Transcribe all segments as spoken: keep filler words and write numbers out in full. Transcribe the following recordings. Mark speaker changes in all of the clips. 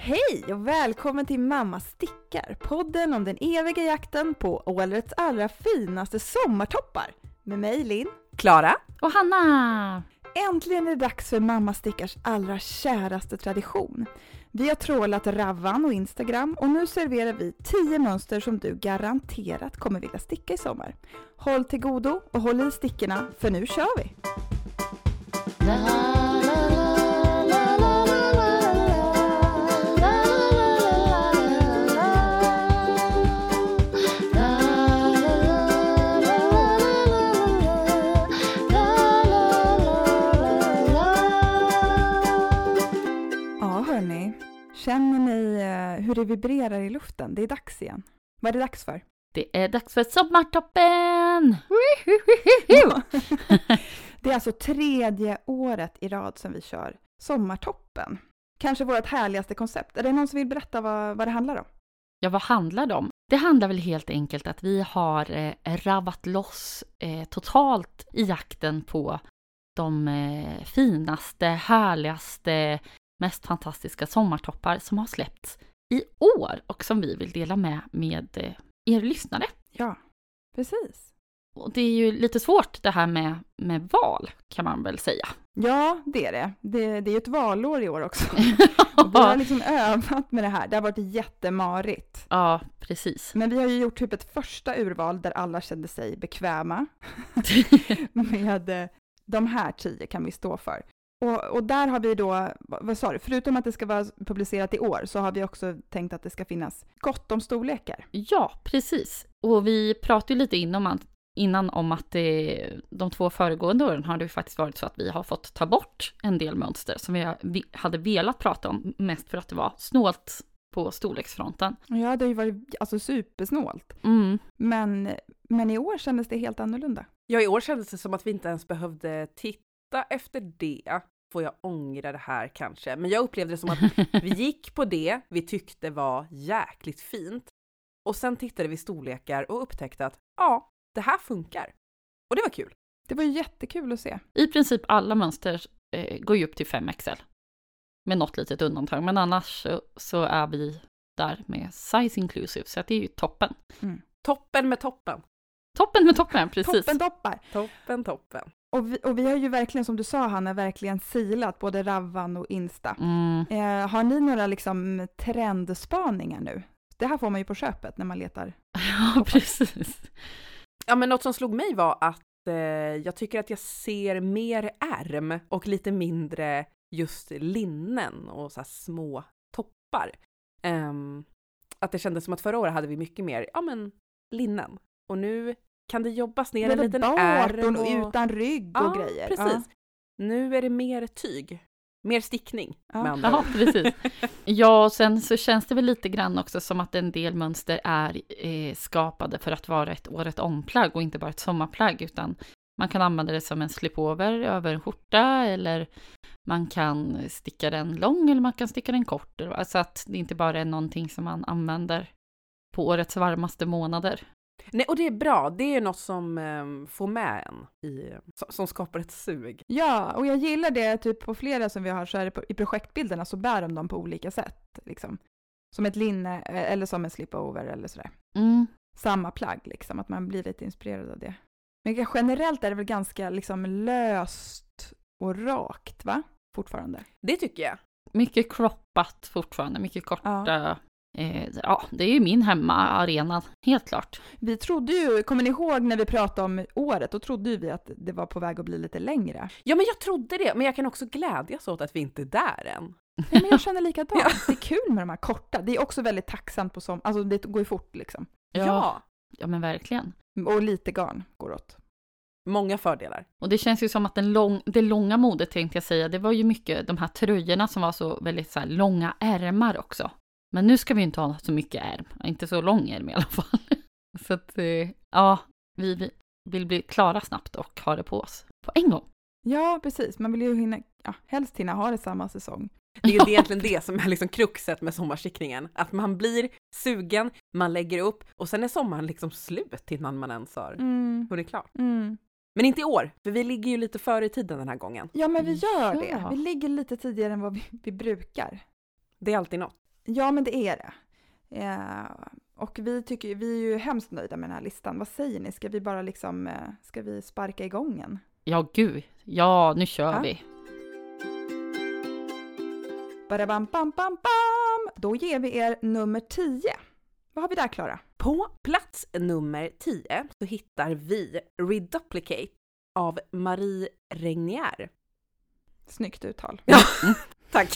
Speaker 1: Hej och välkommen till Mamma stickar, podden om den eviga jakten på årets allra finaste sommartoppar. Med mig Linn,
Speaker 2: Klara
Speaker 3: och Hanna.
Speaker 1: Äntligen är det dags för Mamma stickars allra käraste tradition. Vi har trålat Ravan och Instagram och nu serverar vi tio mönster som du garanterat kommer vilja sticka i sommar. Håll till godo och håll i stickorna, för nu kör vi! Känner ni hur det vibrerar i luften? Det är dags igen. Vad är det dags för?
Speaker 3: Det är dags för sommartoppen!
Speaker 1: Det är alltså tredje året i rad som vi kör sommartoppen. Kanske vårt härligaste koncept. Är det någon som vill berätta vad, vad det handlar om?
Speaker 3: Ja, vad handlar det om? Det handlar väl helt enkelt att vi har eh, ravat loss eh, totalt i jakten på de eh, finaste, härligaste, mest fantastiska sommartoppar som har släppts i år och som vi vill dela med med er lyssnare.
Speaker 1: Ja, precis.
Speaker 3: Och det är ju lite svårt det här med, med val, kan man väl säga.
Speaker 1: Ja, det är det. Det, det är ju ett valår i år också. Och vi har liksom övat med det här. Det har varit jättemarigt.
Speaker 3: Ja, precis.
Speaker 1: Men vi har ju gjort typ ett första urval där alla kände sig bekväma. med de här tio kan vi stå för. Och, och där har vi då, vad sa du, förutom att det ska vara publicerat i år så har vi också tänkt att det ska finnas gott om storlekar.
Speaker 3: Ja, precis. Och vi pratade ju lite innan, innan om att det, de två föregående åren har det ju faktiskt varit så att vi har fått ta bort en del mönster som vi, vi hade velat prata om, mest för att det var snålt på storleksfronten.
Speaker 1: Ja, det har ju varit alltså supersnålt.
Speaker 3: Mm.
Speaker 1: Men, men i år kändes det helt annorlunda.
Speaker 2: Ja, i år kändes det som att vi inte ens behövde titta efter det. Får jag ångra det här kanske. Men jag upplevde det som att vi gick på det vi tyckte var jäkligt fint. Och sen tittade vi storlekar och upptäckte att ja, det här funkar. Och det var kul.
Speaker 1: Det var jättekul att se.
Speaker 3: I princip alla mönster eh, går ju upp till fem X L. Med något litet undantag. Men annars så, så är vi där med size inclusive. Så att det är ju toppen.
Speaker 1: Mm.
Speaker 2: Toppen med toppen.
Speaker 3: Toppen med toppen, precis.
Speaker 1: Toppen toppar.
Speaker 2: Toppen toppen.
Speaker 1: Och vi, och vi har ju verkligen, som du sa Hanna, verkligen silat både Ravan och Insta.
Speaker 3: Mm.
Speaker 1: Eh, har ni några liksom trendspaningar nu? Det här får man ju på köpet när man letar.
Speaker 3: Ja, precis.
Speaker 2: Ja, men något som slog mig var att eh, jag tycker att jag ser mer ärm och lite mindre just linnen och så här små toppar. Um, att det kändes som att förra året hade vi mycket mer, ja men, linnen. Och nu kan det jobbas ner en liten ärm
Speaker 1: och, och utan rygg och
Speaker 2: ja,
Speaker 1: grejer.
Speaker 2: Precis.
Speaker 1: Ja.
Speaker 2: Nu är det mer tyg. Mer stickning.
Speaker 1: Ja,
Speaker 2: med andra
Speaker 3: ja
Speaker 2: ord.
Speaker 3: precis. Ja, och sen så känns det väl lite grann också som att en del mönster är eh, skapade för att vara ett året omplagg och inte bara ett sommarplagg, utan man kan använda det som en slipover över en skjorta, eller man kan sticka den lång eller man kan sticka den kort. Alltså att det inte bara är någonting som man använder på årets varmaste månader.
Speaker 2: Nej, och det är bra. Det är något som um, får med en i, som, som skapar ett sug.
Speaker 1: Ja, och jag gillar det typ på flera som vi har så är det på, i projektbilderna så bär de dem på olika sätt. Liksom. Som ett linne eller som en slipover eller sådär.
Speaker 3: Mm.
Speaker 1: Samma plagg liksom, att man blir lite inspirerad av det. Men generellt är det väl ganska liksom löst och rakt, va? Fortfarande.
Speaker 2: Det tycker jag.
Speaker 3: Mycket croppat fortfarande, mycket korta.
Speaker 1: Ja.
Speaker 3: Eh, ja, det är ju min hemmaarena, helt klart.
Speaker 1: Vi trodde ju, kommer ni ihåg när vi pratade om året, då trodde vi att det var på väg att bli lite längre.
Speaker 2: Ja, men jag trodde det. Men jag kan också glädjas åt att vi inte är där än.
Speaker 1: Ja, men jag känner likadant. Ja. Det är kul med de här korta. Det är också väldigt tacksamt på som, alltså det går ju fort liksom.
Speaker 3: Ja,
Speaker 2: Ja.
Speaker 3: ja men verkligen.
Speaker 1: Och lite garn går åt.
Speaker 2: Många fördelar.
Speaker 3: Och det känns ju som att den lång, det långa modet, tänkte jag säga, det var ju mycket de här tröjorna som var så väldigt så här långa ärmar också. Men nu ska vi ju inte ha så mycket ärm. Inte så lång ärm i alla fall. Så att, ja, vi vill bli klara snabbt och ha det på oss på en gång.
Speaker 1: Ja, precis. Man vill ju hinna, ja, helst hinna ha det samma säsong.
Speaker 2: Det är ju egentligen det som är liksom kruxet med sommarstickningen. Att man blir sugen, man lägger upp och sen är sommaren liksom slut innan man ens har
Speaker 1: Mm.
Speaker 2: hunnit klart.
Speaker 1: Mm.
Speaker 2: Men inte i år, för vi ligger ju lite före i tiden den här gången.
Speaker 1: Ja, men vi gör
Speaker 3: Ja.
Speaker 1: det. Vi ligger lite tidigare än vad vi, vi brukar.
Speaker 2: Det är alltid något.
Speaker 1: Ja, men det är det. Eh, och vi tycker vi är ju hemskt nöjda med den här listan. Vad säger ni? Ska vi bara liksom, eh, ska vi sparka igång en?
Speaker 3: Ja, gud. Ja, nu kör
Speaker 1: Ja.
Speaker 3: vi.
Speaker 1: Badabam, bam, bam, bam! Då ger vi er nummer tio. Vad har vi där, Klara?
Speaker 2: På plats nummer tio så hittar vi Reduplicate av Marie Regnier.
Speaker 1: Snyggt uttal.
Speaker 2: Ja, tack.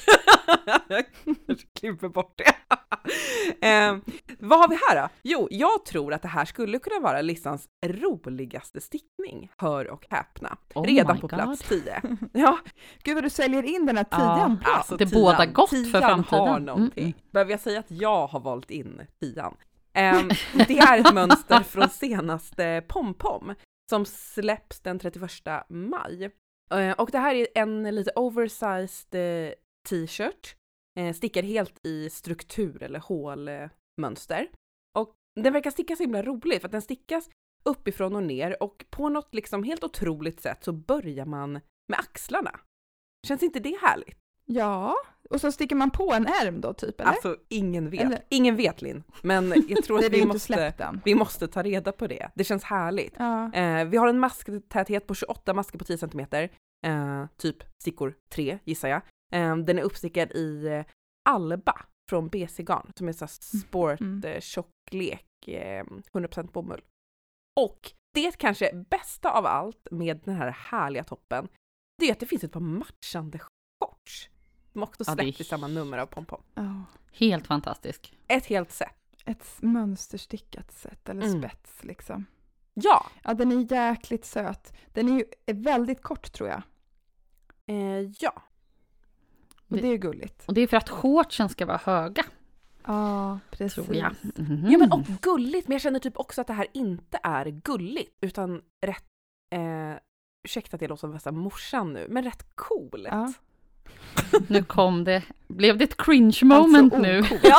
Speaker 2: Jag klipper bort det. eh, vad har vi här då? Jo, jag tror att det här skulle kunna vara listans roligaste stickning. Hör och häpna.
Speaker 3: Oh
Speaker 2: Redan
Speaker 3: my
Speaker 2: på
Speaker 3: God.
Speaker 2: plats tio. Ja,
Speaker 1: Gud vad du säljer in den här tian.
Speaker 3: Ja.
Speaker 1: Bra.
Speaker 2: alltså
Speaker 3: Det
Speaker 2: tian,
Speaker 3: bådar gott för
Speaker 2: tian
Speaker 3: framtiden.
Speaker 2: har
Speaker 3: Mm,
Speaker 2: någonting.
Speaker 3: mm.
Speaker 2: Behöver jag säga att jag har valt in tian? Eh, det är ett mönster från senaste Pom-Pom som släpps den trettioförsta maj. Eh, och det här är en lite oversized eh, t-shirt. Eh, stickad helt i struktur eller hålmönster. Och den verkar stickas så himla roligt för att den stickas uppifrån och ner och på något liksom helt otroligt sätt så börjar man med axlarna. Känns inte det härligt?
Speaker 1: Ja, och så sticker man på en ärm då typ, eller?
Speaker 2: Alltså ingen vet.
Speaker 1: Eller?
Speaker 2: Ingen vet, Linn. Men jag tror
Speaker 1: Det är
Speaker 2: att
Speaker 1: vi
Speaker 2: vi
Speaker 1: inte
Speaker 2: måste,
Speaker 1: släppt än.
Speaker 2: vi måste ta reda på det. Det känns härligt.
Speaker 1: Ja.
Speaker 2: Eh, vi har en masktäthet på tjugoåtta masker på tio centimeter. Eh, typ stickor tre, gissar jag. Eh, den är uppstickad i eh, Alba från B C Garn, som är så här sport,
Speaker 1: Mm.
Speaker 2: eh, tjocklek, eh, hundra procent bomull. Och det kanske bästa av allt med den här härliga toppen, det är att det finns ett par matchande shorts. De också
Speaker 3: Ja, det är
Speaker 2: släppt i samma nummer av Pom-Pom.
Speaker 1: Ja.
Speaker 3: Helt fantastisk.
Speaker 2: Ett helt set.
Speaker 1: Ett mönsterstickat sätt, eller
Speaker 2: Mm.
Speaker 1: spets liksom.
Speaker 2: Ja,
Speaker 1: Ja, den är jäkligt söt. Den är ju är väldigt kort tror jag.
Speaker 2: eh, ja.
Speaker 1: Och
Speaker 3: Det-
Speaker 1: det är ju gulligt.
Speaker 3: Och det är för att shortsen ska vara höga,
Speaker 1: Ja, precis.
Speaker 3: tror jag. Mhm.
Speaker 2: Ja, men och gulligt, men jag känner typ också att det här inte är gulligt, utan rätt, eh, ursäkta att jag låter som värsta morsan nu, men rätt coolt.
Speaker 1: Ja.
Speaker 3: Nu kom det. Blev det ett cringe moment
Speaker 1: Alltså,
Speaker 3: nu?
Speaker 1: ocoolt.
Speaker 2: Ja.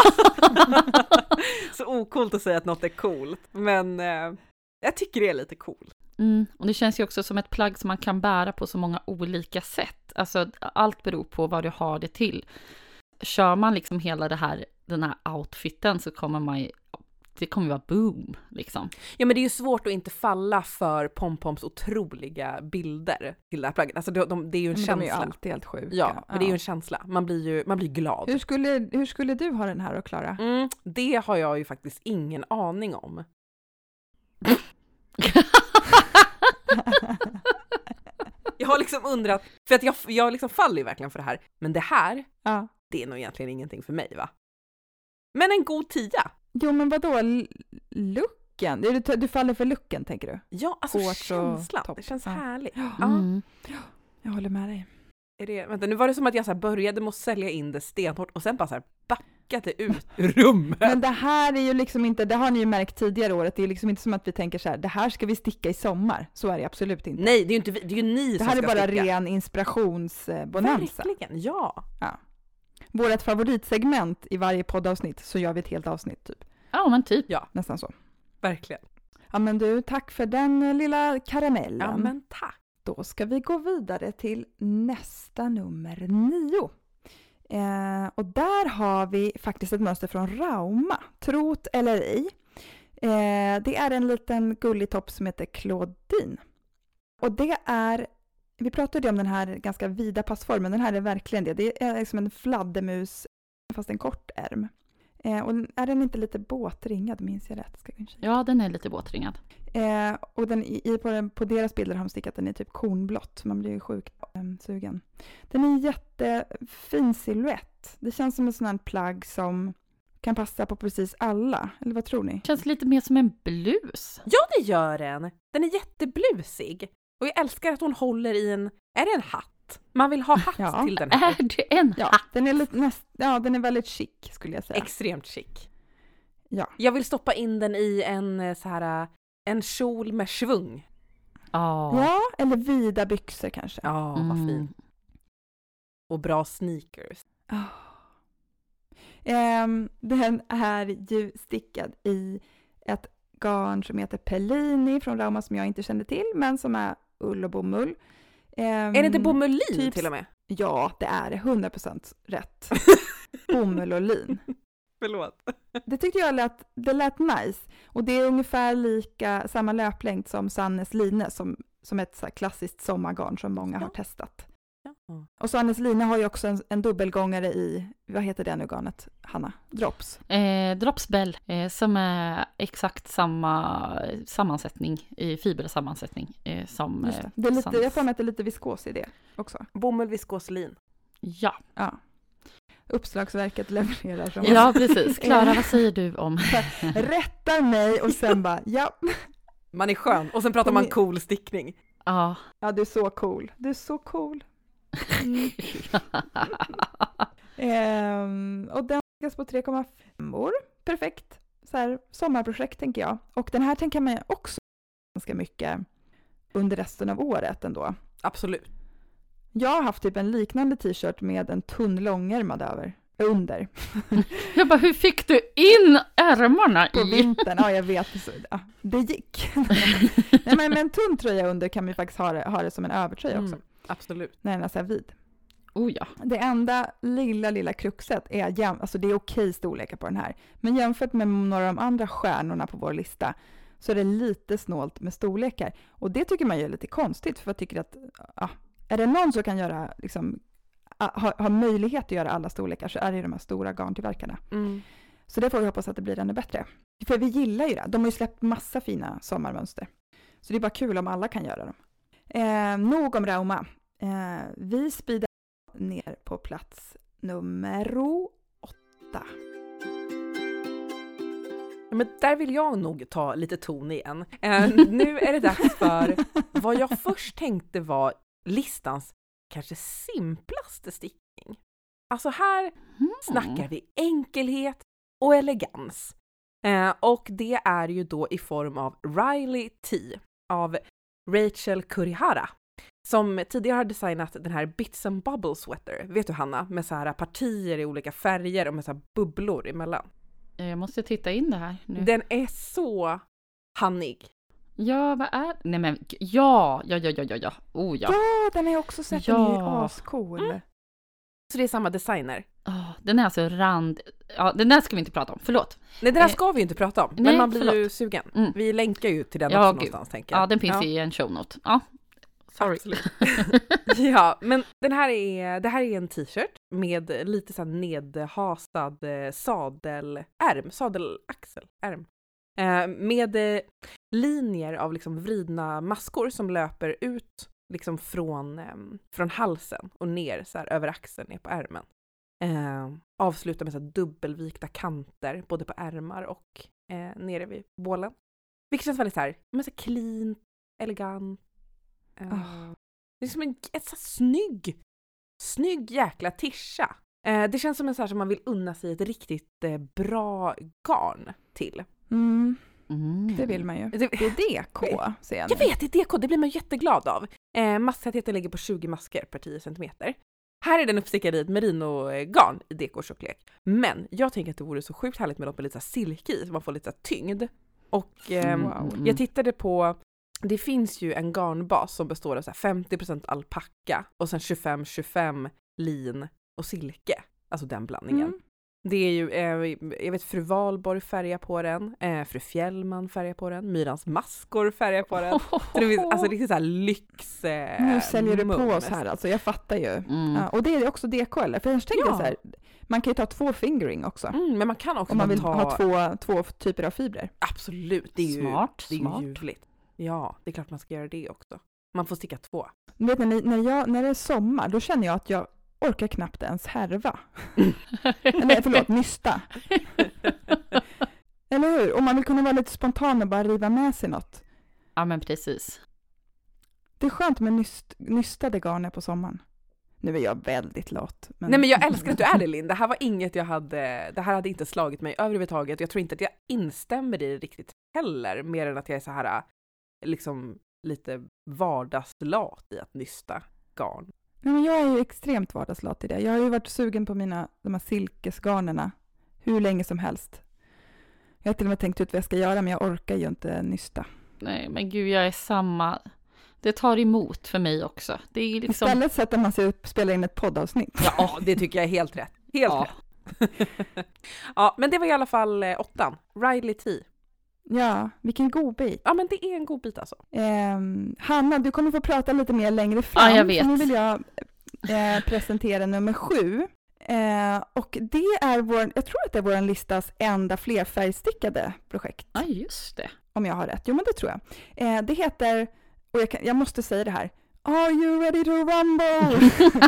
Speaker 2: Så ocoolt att säga att något är coolt, men eh, jag tycker det är lite coolt.
Speaker 3: Mm. Och det känns ju också som ett plagg som man kan bära på så många olika sätt. Alltså allt beror på vad du har det till. Kör man liksom hela det här, den här outfiten så kommer man ju, det kommer ju vara boom liksom.
Speaker 2: Ja, men det är ju svårt att inte falla för Pom-Poms otroliga bilder till det här plagget. Alltså de, de, det är ju en
Speaker 1: Men de är ju
Speaker 2: känsla.
Speaker 1: alltid helt sjuka.
Speaker 2: Ja, men det är ju en känsla. Man blir ju man blir glad.
Speaker 1: Hur skulle, hur skulle du ha den här då, Klara?
Speaker 2: Mm, det har jag ju faktiskt ingen aning om. Jag har liksom undrat, för att jag, jag liksom faller ju verkligen för det här. Men det här,
Speaker 1: Ja.
Speaker 2: det är nog egentligen ingenting för mig, va? Men en god tia.
Speaker 1: Jo, men vadå? L- looken? Du, du faller för looken, tänker du?
Speaker 2: Ja, alltså
Speaker 1: Shorts och
Speaker 2: känslan.
Speaker 1: topp.
Speaker 2: Det känns
Speaker 1: Ja.
Speaker 2: härligt. Ja.
Speaker 3: Mm.
Speaker 1: Jag håller med dig.
Speaker 2: Är det, vänta, nu var det som att jag så här började med att sälja in det stenhårt och sen bara så här backade ut ur rummet.
Speaker 1: Men det här är ju liksom inte, det har ni ju märkt tidigare året, det är liksom inte som att vi tänker så här, det här ska vi sticka i sommar. Så är det absolut inte.
Speaker 2: Nej, det är ju inte vi, det är ju ni
Speaker 1: Det
Speaker 2: som
Speaker 1: här är
Speaker 2: ska
Speaker 1: bara
Speaker 2: sticka.
Speaker 1: ren inspirationsbonanza.
Speaker 2: Verkligen, ja.
Speaker 1: Vårt favoritsegment i varje poddavsnitt, så gör vi ett helt avsnitt typ.
Speaker 3: Ja, men typ.
Speaker 1: Nästan så.
Speaker 2: Verkligen.
Speaker 1: Ja, men du, tack för den eh, lilla karamellen.
Speaker 2: Ja, men tack.
Speaker 1: Då ska vi gå vidare till nästa nummer nio. Eh, och där har vi faktiskt ett mönster från Rauma, trot eller ej. Eh, det är en liten gullig topp som heter Claudine. Och det är, vi pratade ju om den här ganska vida passformen, den här är verkligen det. Det är liksom en fladdermus fast en kort ärm. Eh, och är den inte lite båtringad, minns jag rätt? Ska jag kika.
Speaker 3: Ja, den är lite båtringad.
Speaker 1: Eh, och den, i, på, den, på deras bilder har de stickat den i typ kornblått. Man blir ju sjukt eh, sugen. Den är en jättefin silhuett. Det känns som en sån här plagg som kan passa på precis alla. Eller vad tror ni?
Speaker 3: Känns lite mer som en blus.
Speaker 2: Ja, det gör den. Den är jätteblusig. Och jag älskar att hon håller i en, är det en hatt? Man vill ha hatt
Speaker 1: Ja.
Speaker 2: till den här.
Speaker 3: Är det en
Speaker 1: Ja,
Speaker 3: hatt?
Speaker 1: den är, lite, näst, ja, den är väldigt chic skulle jag säga.
Speaker 2: Extremt chic.
Speaker 1: Ja.
Speaker 2: Jag vill stoppa in den i en eh, så här en kjol med svung.
Speaker 3: Ja.
Speaker 1: ja, eller vida byxor kanske.
Speaker 2: Ja, vad
Speaker 3: Mm.
Speaker 2: fint. Och bra sneakers.
Speaker 1: Oh. Um, den är ju stickad i ett garn som heter Pellini från Rauma som jag inte kände till, men som är ull och bomull. Um,
Speaker 2: Är det inte bomullin
Speaker 1: typ-
Speaker 2: till och med?
Speaker 1: Ja, det är det. hundra procent rätt. bomull och lin.
Speaker 2: Förlåt.
Speaker 1: Det tyckte jag lät, det lät nice. Och det är ungefär lika samma löplängd som Sannes line som, som ett så här klassiskt sommargarn som många har testat.
Speaker 2: Ja.
Speaker 1: Och Sannes line har ju också en, en dubbelgångare i, vad heter det nu garnet, Hanna? Drops.
Speaker 3: Eh, Dropsbell, eh, som är exakt samma sammansättning, i fibersammansättning eh, som
Speaker 1: Just det. Det är lite,
Speaker 3: Sannes.
Speaker 1: jag får med att det är lite viskos i det också.
Speaker 2: Bomull, viskos, lin.
Speaker 3: Ja.
Speaker 1: Ja. Uppslagsverket levererar som
Speaker 3: Ja, precis. Klara, vad säger du om?
Speaker 1: rättar mig och sen bara, ja.
Speaker 2: Man är skön. Och sen pratar man cool stickning.
Speaker 3: Ja.
Speaker 1: Ja, du är så cool. Du är så cool. Mm. ehm, och den läggs på tre komma fem år. Perfekt. Så här, sommarprojekt tänker jag. Och den här tänker man också ganska mycket under resten av året ändå.
Speaker 2: Absolut.
Speaker 1: Jag har haft typ en liknande t-shirt med en tunn långärmad över. Under.
Speaker 3: Jag bara, hur fick du in ärmarna
Speaker 1: På
Speaker 3: i?
Speaker 1: vintern, ja jag vet. Ja, det gick. Nej, men med en tunn tröja under kan vi faktiskt ha det, ha det som en övertröja också.
Speaker 2: Mm, absolut.
Speaker 1: När den är så här vid.
Speaker 3: Oh ja.
Speaker 1: Det enda lilla, lilla kruxet är, jäm- alltså det är okej storlekar på den här. Men jämfört med några av de andra stjärnorna på vår lista så är det lite snålt med storlekar. Och det tycker man ju är lite konstigt, för jag tycker att ja, är det någon som kan göra liksom, ha, ha möjlighet att göra alla storlekar så är det ju de här stora garntillverkarna.
Speaker 2: Mm.
Speaker 1: Så det får vi hoppas att det blir ännu bättre. För vi gillar ju det. De har ju släppt massa fina sommarmönster. Så det är bara kul om alla kan göra dem. Eh, nog om Rauma. Eh, vi speedar ner på plats nummer åtta.
Speaker 2: Men där vill jag nog ta lite ton igen. Eh, nu är det dags för vad jag först tänkte var listans kanske simplaste stickning. Alltså här
Speaker 3: Mm.
Speaker 2: snackar vi enkelhet och elegans. Eh, och det är ju då i form av Riley T av Rachel Kurihara, som tidigare har designat den här Bits and Bubble Sweater. Vet du Hanna? Med så här partier i olika färger och med så här bubblor emellan.
Speaker 3: Jag måste titta in det här nu.
Speaker 2: Den är så hannig.
Speaker 3: Ja, vad är... Nej men, ja, ja, ja, ja, ja, ja. Oh ja.
Speaker 1: Ja, den har jag också sett.
Speaker 3: Ja.
Speaker 1: Den är ju ascool.
Speaker 2: Mm. Så det är samma designer.
Speaker 3: Oh, den är alltså rand... Ja, den där ska vi inte prata om. Förlåt.
Speaker 2: Nej, det där
Speaker 3: Eh,
Speaker 2: ska vi ju inte prata om.
Speaker 3: nej,
Speaker 2: men man blir
Speaker 3: förlåt.
Speaker 2: ju sugen.
Speaker 3: Mm.
Speaker 2: Vi länkar ju till den
Speaker 3: Ja,
Speaker 2: också
Speaker 3: gud.
Speaker 2: någonstans, tänker jag.
Speaker 3: Ja, den finns
Speaker 2: ja.
Speaker 3: i en show note. Ja, sorry.
Speaker 2: Absolut. Ja, men den här är, det här är en t-shirt med lite så här nedhasad eh, sadelärm, sadelaxelärm. Eh, med eh, linjer av liksom vridna maskor som löper ut liksom från, eh, från halsen och ner så här över axeln, ner på ärmen. Eh, avslutar med så här dubbelvikta kanter både på ärmar och eh, nere vid bålen. Vilket känns väldigt så här, men så här clean, elegant. Uh,
Speaker 1: Oh.
Speaker 2: Det är som en ett så snygg, snygg jäkla tischa. Uh, det känns som en så här som man vill unna sig ett riktigt uh, bra garn till.
Speaker 1: Mm,
Speaker 3: Mm.
Speaker 1: det vill man ju.
Speaker 2: Det,
Speaker 1: Det är D K, ser jag nu.
Speaker 2: jag vet, det är D K, det blir man jätteglad av. Uh, masstätheten ligger på tjugo masker per tio centimeter. Här är den uppstickad i ett merino-garn i D K-tjocklek. Men jag tänker att det vore så sjukt härligt med något med lite så silke i, så man får lite så tyngd. Och um,
Speaker 1: Wow.
Speaker 2: jag tittade på, det finns ju en garnbas som består av så här femtio procent alpacka och sen tjugofem tjugofem lin och silke. Alltså den blandningen.
Speaker 1: Mm.
Speaker 2: Det är ju, eh, jag vet fru Valborg färgar på den, eh, fru Fjällman färgar på den, Myrans maskor färgar på den. Så det finns alltså riktigt så här lyx eh,
Speaker 1: Nu säljer du på
Speaker 2: mums.
Speaker 1: oss här, alltså jag fattar ju.
Speaker 3: Mm.
Speaker 1: Ja, och det är också D K, eller? För jag tänkte
Speaker 2: Ja.
Speaker 1: så här, man kan ju ta två fingering också.
Speaker 2: Mm, men man kan också
Speaker 1: Om man vill
Speaker 2: ta...
Speaker 1: ha två, två typer av fibrer.
Speaker 2: Absolut, det är ju,
Speaker 3: Smart,
Speaker 2: det är
Speaker 3: smart.
Speaker 2: ju ljuvligt. Ja, det är klart man ska göra det också. Man får sticka två.
Speaker 1: Du vet, när, när, jag, när det är sommar, då känner jag att jag orkar knappt ens härva. Eller förlåt, nysta. Eller hur? Om man vill kunna vara lite spontan och bara riva med sig något.
Speaker 3: Ja, men precis.
Speaker 1: Det är skönt med nyst, nystade garner på sommaren. Nu är jag väldigt lat. Men...
Speaker 2: Nej, men jag älskar att du är det, Linn. Det här var inget jag hade, det här hade inte slagit mig överhuvudtaget. Jag tror inte att jag instämmer i det riktigt heller, mer än att jag är så här liksom lite vardagslat i att nysta garn.
Speaker 1: Nej, men jag är ju extremt vardagslat i det. Jag har ju varit sugen på mina, de här silkesgarnerna hur länge som helst. Jag har till och med tänkt ut vad jag ska göra, men jag orkar ju inte nysta.
Speaker 3: Nej, men gud, jag är samma. Det tar emot för mig också. Det är liksom...
Speaker 1: Istället sätter man sig upp och spelar in ett poddavsnitt.
Speaker 2: Ja, det tycker jag är helt rätt. Helt
Speaker 3: Ja.
Speaker 2: rätt. Ja, men det var i alla fall eh, åttan. Riley T.
Speaker 1: Ja, vilken god bit.
Speaker 2: Ja, men det är en god bit alltså.
Speaker 1: Eh, Hanna, du kommer få prata lite mer längre fram.
Speaker 3: Ja, jag vet.
Speaker 1: Så nu vill jag eh, presentera nummer sju. Eh, och det är vår, jag tror att det är vår listas enda flerfärgstickade projekt.
Speaker 3: Ja, just det.
Speaker 1: Om jag har rätt. Jo, men det tror jag. Eh, det heter, och jag, kan, jag måste säga det här. Are you ready to rumble?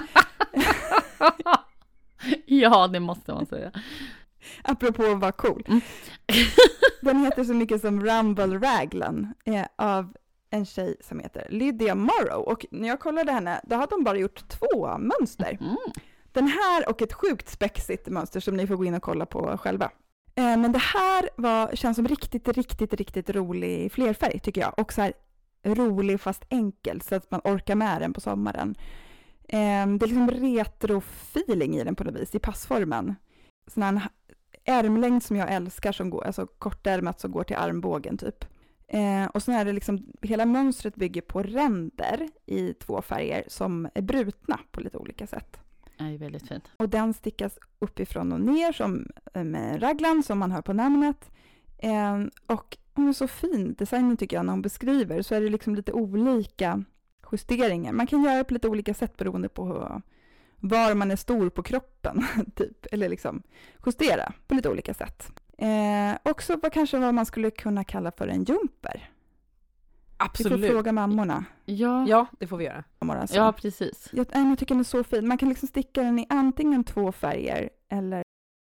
Speaker 3: Ja, det måste man säga.
Speaker 1: Apropå att vara cool.
Speaker 3: Mm.
Speaker 1: Den heter så mycket som Rumble Raglan eh, av en tjej som heter Lydia Morrow. Och när jag kollade henne, då hade de bara gjort två mönster.
Speaker 3: Mm.
Speaker 1: Den här och ett sjukt spexigt mönster som ni får gå in och kolla på själva. Eh, men det här var, känns som riktigt, riktigt, riktigt rolig flerfärg tycker jag. Och så här rolig fast enkel så att man orkar med den på sommaren. Eh, det är liksom retro-feeling i den på något vis, i passformen. Sån här ärmlängd som jag älskar, som går, alltså kortärmat som går till armbågen typ. Eh, och så är det liksom, hela mönstret bygger på ränder i två färger som är brutna på lite olika sätt.
Speaker 3: Det är väldigt fint.
Speaker 1: Och den stickas uppifrån och ner som med raglan som man hör på namnet. Eh, och hon är så fin, designen tycker jag, när hon beskriver så är det liksom lite olika justeringar. Man kan göra på lite olika sätt beroende på hur, var man är stor på kroppen typ, eller liksom justera på lite olika sätt. Eh, också vad kanske vad man skulle kunna kalla för en jumper.
Speaker 2: Absolut.
Speaker 1: Vi får fråga mammorna.
Speaker 3: Ja,
Speaker 2: Ja, det får vi göra.
Speaker 1: Alltså.
Speaker 3: ja precis.
Speaker 1: Jag, jag tycker den är så fin. Man kan liksom sticka den i antingen två färger eller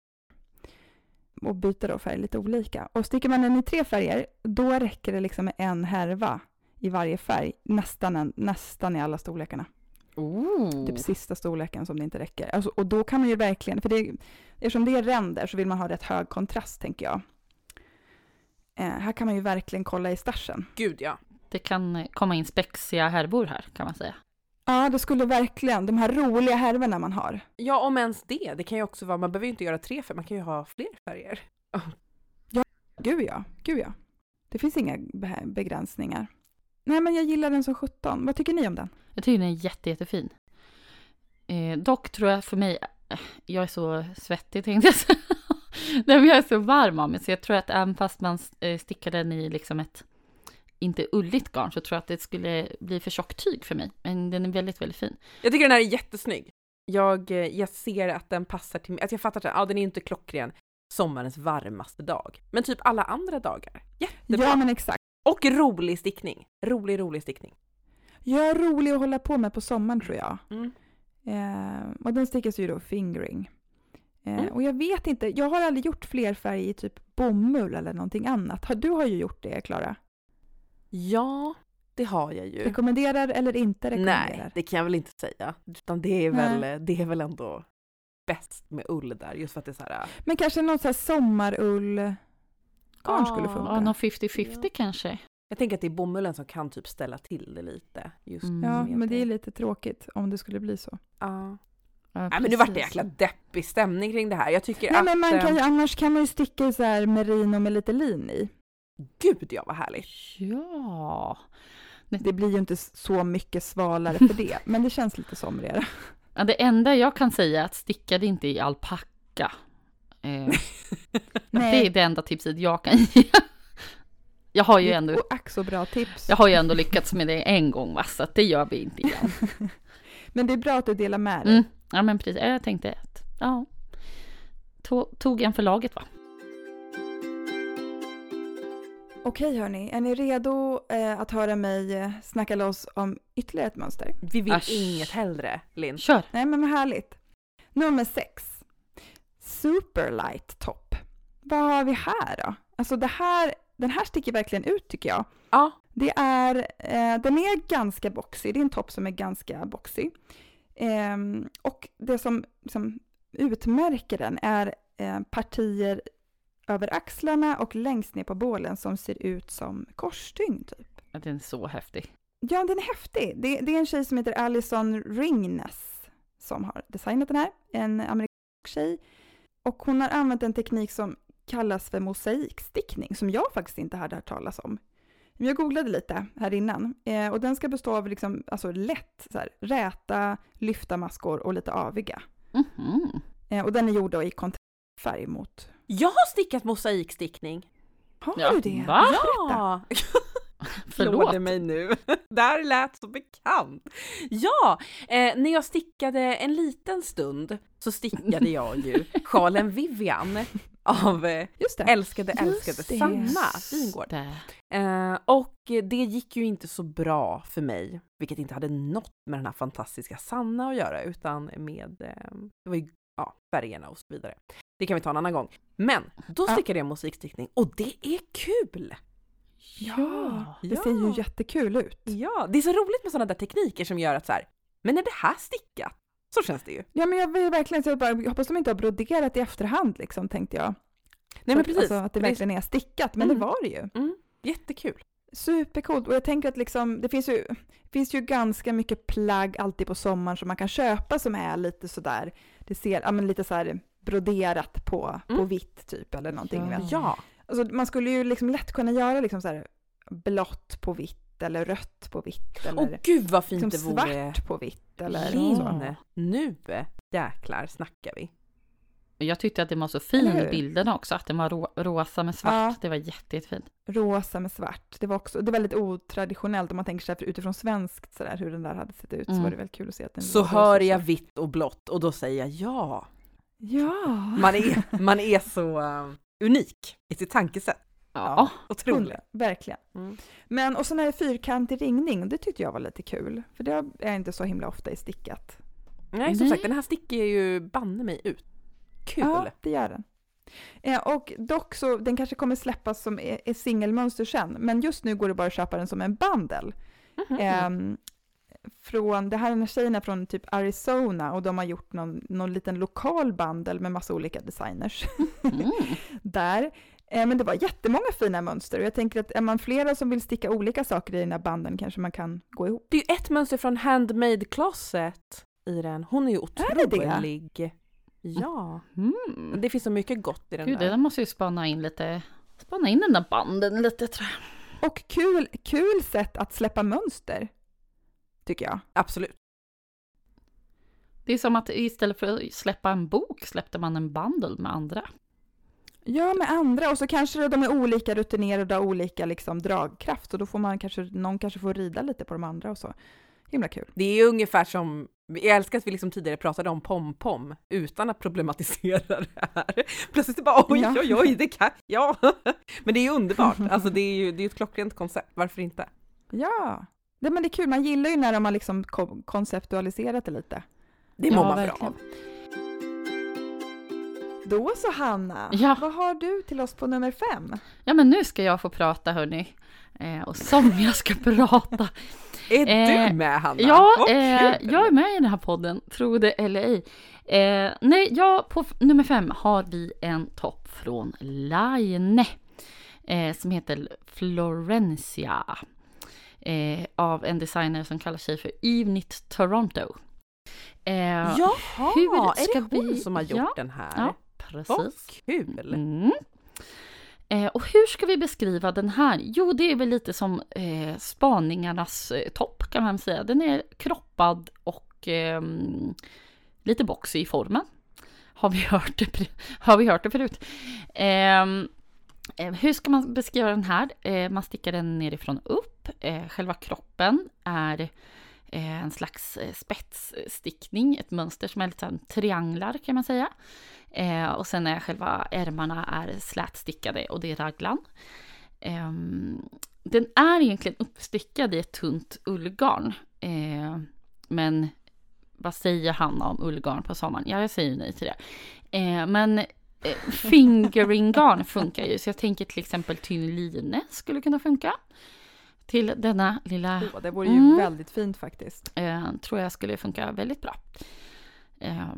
Speaker 1: och byta då färg lite olika. Och sticker man den i tre färger, då räcker det liksom med en härva i varje färg. Nästan, en, nästan i alla storlekarna.
Speaker 3: Oh.
Speaker 1: Typ sista storleken som det inte räcker. Alltså, och då kan man ju verkligen, för det, eftersom det är ränder så vill man ha rätt hög kontrast tänker jag. Eh, här kan man ju verkligen kolla i stashen.
Speaker 2: Gud, ja.
Speaker 3: Det kan komma in spexiga härvor här kan man säga.
Speaker 1: Ja, det skulle verkligen, de här roliga härvorna man har.
Speaker 2: Ja, om ens det. Det kan ju också vara, man behöver ju inte göra tre färger, man kan ju ha fler färger.
Speaker 1: Ja, gud ja, gud ja. Det finns inga be- begränsningar. Nej, men jag gillar den som sjutton. Vad tycker ni om den?
Speaker 3: Jag tycker den är jätte, jättefin. Eh, dock tror jag för mig, jag är så svettig tänkte jag säga. Nej, men jag är så varm av mig så jag tror att även fast man stickar den i liksom ett inte ulligt garn så tror jag att det skulle bli för tjockt tyg för mig. Men den är väldigt, väldigt fin.
Speaker 2: Jag tycker den här är jättesnygg. Jag, jag ser att den passar till mig. Att jag fattar att ja, den är inte klockren sommarens varmaste dag. Men typ alla andra dagar. Jättebra.
Speaker 1: Ja, men exakt.
Speaker 2: Och rolig stickning. Rolig, rolig stickning.
Speaker 1: Ja, rolig att hålla på med på sommaren tror jag.
Speaker 2: Mm.
Speaker 1: Eh, och den stickas ju då fingering. Eh,
Speaker 2: Mm.
Speaker 1: Och jag vet inte, jag har aldrig gjort fler färg i typ bomull eller någonting annat. Har, du har ju gjort det, Klara.
Speaker 2: Ja, det har jag ju.
Speaker 1: Rekommenderar eller inte rekommenderar?
Speaker 2: Nej, det kan jag väl inte säga. Utan det är väl, det är väl ändå bäst med ull där. Just för att det är så här...
Speaker 1: Men kanske något så här sommarull garn skulle
Speaker 2: Ja,
Speaker 1: funka.
Speaker 3: Ja, någon femtio femtio
Speaker 2: Ja.
Speaker 3: kanske.
Speaker 2: Jag tänker att det är bomullen som kan typ ställa till det lite. Just
Speaker 3: Mm.
Speaker 1: Ja,
Speaker 2: med
Speaker 1: men det är lite tråkigt om det skulle bli så.
Speaker 2: Ja.
Speaker 3: Ja,
Speaker 2: Nej, men nu vart det
Speaker 3: precis.
Speaker 2: jäkla deppig stämning kring det här. Jag tycker
Speaker 1: Nej,
Speaker 2: att...
Speaker 1: men man kan ju,
Speaker 2: eh,
Speaker 1: annars kan man ju sticka i så här merino med lite lin i.
Speaker 2: Gud, ja, vad härligt.
Speaker 3: Ja.
Speaker 1: Det blir ju inte så mycket svalare för det, men det känns lite somrigare.
Speaker 3: Ja, det enda jag kan säga är att sticka det inte i alpacka. Eh, det är det enda tipset jag kan ge. Jag har ju ändå,
Speaker 1: Och ack så bra tips.
Speaker 3: jag har ju ändå lyckats med det en gång, va? Så att det gör vi inte igen.
Speaker 1: Men det är bra att du delar med dig.
Speaker 3: Mm. Ja, men precis. Jag tänkte att, ja, to- tog en för laget, va?
Speaker 1: Okej hörni, är ni redo eh, att höra mig eh, snacka loss om ytterligare ett mönster?
Speaker 2: Vi vill
Speaker 3: Asch.
Speaker 2: inget hellre, Linn.
Speaker 3: Kör!
Speaker 1: Nej, men vad härligt. Nummer sex. Superlight top. Vad har vi här då? Alltså det här, den här sticker verkligen ut tycker jag.
Speaker 2: Ja.
Speaker 1: Det är, eh, den är ganska boxig. Det är en topp som är ganska boxig. Eh, och det som liksom utmärker den är eh, partier över axlarna och längst ner på bålen som ser ut som korsstygn typ.
Speaker 3: Ja, den är så häftig.
Speaker 1: Ja, den är häftig. Det, det är en tjej som heter Alison Ringnes som har designat den här. En amerikansk tjej. Och hon har använt en teknik som kallas för mosaikstickning som jag faktiskt inte hade hört talas om. Men jag googlade lite här innan. Eh, och den ska bestå av liksom, alltså lätt så här, räta, lyfta maskor och lite aviga.
Speaker 3: Mhm.
Speaker 1: Eh, och den är gjord då i kontrast färg mot?
Speaker 2: Jag har stickat mosaikstickning.
Speaker 1: Har
Speaker 3: Ja,
Speaker 1: du det?
Speaker 3: va?
Speaker 2: Ja!
Speaker 3: Förlåt.
Speaker 2: Förlåt mig nu. Där lät så bekant. Ja, eh, när jag stickade en liten stund så stickade jag ju sjalen Vivian av eh,
Speaker 1: Just det.
Speaker 2: älskade,
Speaker 1: Just
Speaker 2: älskade
Speaker 1: det.
Speaker 2: Sanna Wingård.
Speaker 3: Det.
Speaker 2: Eh, och det gick ju inte så bra för mig, vilket inte hade något med den här fantastiska Sanna att göra, utan med eh, det var ju, ja, färgerna och så vidare. Det kan vi ta en annan gång. Men då
Speaker 1: Ja.
Speaker 2: stickade jag mosaikstickning och det är kul!
Speaker 1: Ja, det
Speaker 2: Ja.
Speaker 1: ser ju jättekul ut.
Speaker 2: Ja, det är så roligt med sådana där tekniker som gör att så här, men är det här stickat? Så känns det ju.
Speaker 1: Ja, men jag vill verkligen, så jag, bara, jag hoppas de inte har broderat i efterhand liksom, tänkte jag.
Speaker 2: Nej, men
Speaker 1: Så att,
Speaker 2: precis.
Speaker 1: Alltså, att det verkligen är stickat, men
Speaker 2: Mm.
Speaker 1: det var det ju.
Speaker 2: Mm, jättekul.
Speaker 1: Supercoolt, och jag tänker att liksom, det finns ju, finns ju ganska mycket plagg alltid på sommaren som man kan köpa som är lite sådär, det ser, ja men lite så här broderat på,
Speaker 2: Mm.
Speaker 1: på vitt typ eller någonting.
Speaker 3: Ja.
Speaker 1: Vet.
Speaker 2: Ja,
Speaker 1: Alltså, man skulle ju liksom lätt kunna göra liksom så här blått på vitt eller rött på vitt eller
Speaker 2: och gud vad fint
Speaker 1: liksom
Speaker 2: det vore.
Speaker 1: svart på vitt eller
Speaker 2: Lin.
Speaker 1: så.
Speaker 2: Nu jäklar snackar vi.
Speaker 3: Och jag tyckte att det var så
Speaker 1: Eller
Speaker 3: fin
Speaker 1: hur?
Speaker 3: bilden också, att den var ro- rosa med svart.
Speaker 1: Ja.
Speaker 3: Det var jätte, jättefint.
Speaker 1: Rosa med svart. Det var också, det är väldigt otraditionellt om man tänker sig för utifrån svenskt sådär hur den där hade sett ut, så
Speaker 3: Mm.
Speaker 1: var det väldigt kul att se att den
Speaker 2: Så
Speaker 1: var rosa
Speaker 2: hör
Speaker 1: och
Speaker 2: jag
Speaker 1: svart.
Speaker 2: vitt och blått och då säger jag ja.
Speaker 1: Ja.
Speaker 2: Man är, man är så uh, unik i sitt tankesätt.
Speaker 3: Ja.
Speaker 2: Otroligt.
Speaker 1: Hundra, verkligen.
Speaker 2: Mm.
Speaker 1: Men och så när det är fyrkantig ringning, det tyckte jag var lite kul. För det är inte så himla ofta i stickat.
Speaker 2: Nej, som
Speaker 3: Nej.
Speaker 2: sagt, den här sticker ju banne mig ut. Kul.
Speaker 1: Ja, det gör den. Eh, och dock så, den kanske kommer släppas som är, är singelmönster sen. Men just nu går det bara att köpa den som en bundle.
Speaker 2: Mhm.
Speaker 1: Ehm, från, det här är en tjejerna från typ Arizona och de har gjort någon, någon liten lokal bundle med massa olika designers
Speaker 3: Mm.
Speaker 1: där. Eh, men det var jättemånga fina mönster och jag tänker att är man flera som vill sticka olika saker i den här banden kanske man kan gå ihop.
Speaker 2: Det är ju ett mönster från Handmade Closet i den. Hon är ju
Speaker 1: Är det det?
Speaker 2: otrolig. Ja.
Speaker 3: Mm.
Speaker 2: Det finns så mycket gott i den
Speaker 3: Gud,
Speaker 2: där.
Speaker 3: det där måste ju spana in lite, spana in den där banden lite, tror jag.
Speaker 1: Och kul, kul sätt att släppa mönster, tycker jag.
Speaker 2: Absolut.
Speaker 3: Det är som att istället för att släppa en bok släppte man en bundle med andra.
Speaker 1: Ja, med andra. Och så kanske de är olika rutinerade och olika liksom dragkraft. Och då får man kanske, någon kanske får rida lite på de andra och så. Himla kul.
Speaker 2: Det är ungefär som, jag älskar att vi liksom tidigare pratade om pom-pom utan att problematisera det här. Plötsligt är det bara oj,
Speaker 1: Ja.
Speaker 2: oj, oj, det kan, ja. Men det är ju underbart. Alltså det är ju det är ett klockrent koncept, varför inte?
Speaker 1: Ja, det, men det är kul. Man gillar ju när de har liksom ko- konceptualiserat det lite.
Speaker 2: Det mår
Speaker 3: Ja,
Speaker 2: man bra
Speaker 3: verkligen.
Speaker 2: av.
Speaker 1: Då så Hanna,
Speaker 3: Ja.
Speaker 1: vad har du till oss på nummer fem?
Speaker 3: Ja, men nu ska jag få prata, hörni. Eh, och som jag ska prata.
Speaker 2: Är
Speaker 3: Eh,
Speaker 2: du med, Hanna?
Speaker 3: Ja,
Speaker 2: Vad
Speaker 3: eh,
Speaker 2: kul!
Speaker 3: jag är med i den här podden, tro det eller ej. Eh, nej, ja, på f- nummer fem har vi en topp från Line eh, som heter Florencia eh, av en designer som kallar sig för Evenit Toronto. Eh,
Speaker 2: Jaha,
Speaker 3: hur
Speaker 2: är
Speaker 3: ska
Speaker 2: det hon
Speaker 3: vi-
Speaker 2: som har gjort
Speaker 3: Ja,
Speaker 2: den här?
Speaker 3: ja,
Speaker 2: Vad
Speaker 3: precis.
Speaker 2: kul!
Speaker 3: Mm. Eh, och hur ska vi beskriva den här? Jo, det är väl lite som eh, spaningarnas eh, topp kan man säga. Den är kroppad och eh, lite boxy i formen. Har vi hört det, pre- har vi hört det förut? Eh, eh, hur ska man beskriva den här? Eh, man stickar den nerifrån upp. Eh, själva kroppen är eh, en slags eh, spetsstickning, ett mönster som är lite som trianglar kan man säga. Eh, och sen är själva ärmarna är slätstickade och det är raglan. Eh, den är egentligen uppstickad i ett tunt ullgarn. Eh, men vad säger Hanna om ullgarn på sommaren? Ja, jag säger nej till det. Eh, men eh, fingering-garn funkar ju. Så jag tänker till exempel till line skulle kunna funka. Till denna lilla...
Speaker 1: Oh, det vore ju
Speaker 3: Mm.
Speaker 1: väldigt fint faktiskt.
Speaker 3: Eh, tror jag skulle funka väldigt bra. Eh,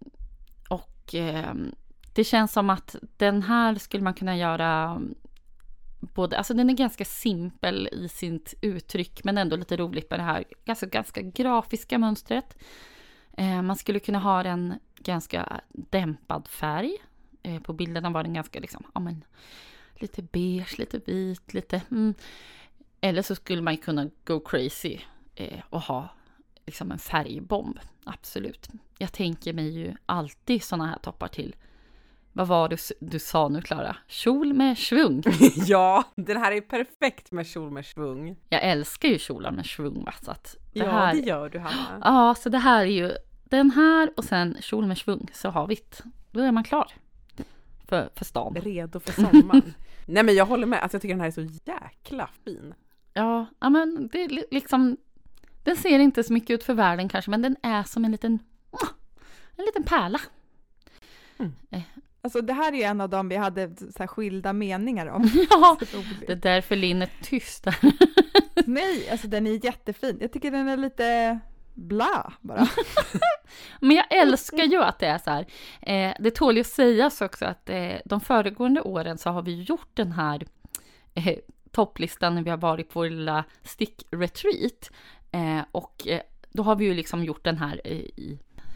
Speaker 3: och eh, det känns som att den här skulle man kunna göra både, alltså den är ganska simpel i sitt uttryck men ändå lite roligt med det här ganska, ganska grafiska mönstret. Eh, man skulle kunna ha en ganska dämpad färg. Eh, på bilderna var den ganska liksom, ja men lite beige, lite vit, lite mm. Eller så skulle man kunna go crazy eh, och ha liksom en färgbomb. Absolut. Jag tänker mig ju alltid såna här toppar till Vad var det du sa nu, Klara? Kjol med svung.
Speaker 2: Ja, den här är perfekt med kjol med svung.
Speaker 3: Jag älskar ju kjolar med svung. Va? Så att det
Speaker 2: ja,
Speaker 3: här...
Speaker 2: det gör du, Hanna.
Speaker 3: Ja, så det här är ju den här och sen kjol med svung, så har vi det. Då är man klar för, för stan.
Speaker 2: Redo för sommaren. Nej, men jag håller med. Alltså, jag tycker den här är så jäkla fin.
Speaker 3: Ja, ja men det är liksom... Den ser inte så mycket ut för världen kanske, men den är som en liten... En liten pärla.
Speaker 1: Mm. Alltså det här är ju en av dem vi hade så här skilda meningar om.
Speaker 3: Ja, det är därför Linn är tyst.
Speaker 1: Nej, alltså den är jättefin. Jag tycker den är lite bla bara.
Speaker 3: Men jag älskar ju att det är så här. Eh, det tål ju att sägas också att eh, de föregående åren så har vi gjort den här eh, topplistan när vi har varit på vår lilla stick-retreat. Eh, och eh, då har vi ju liksom gjort den här eh, i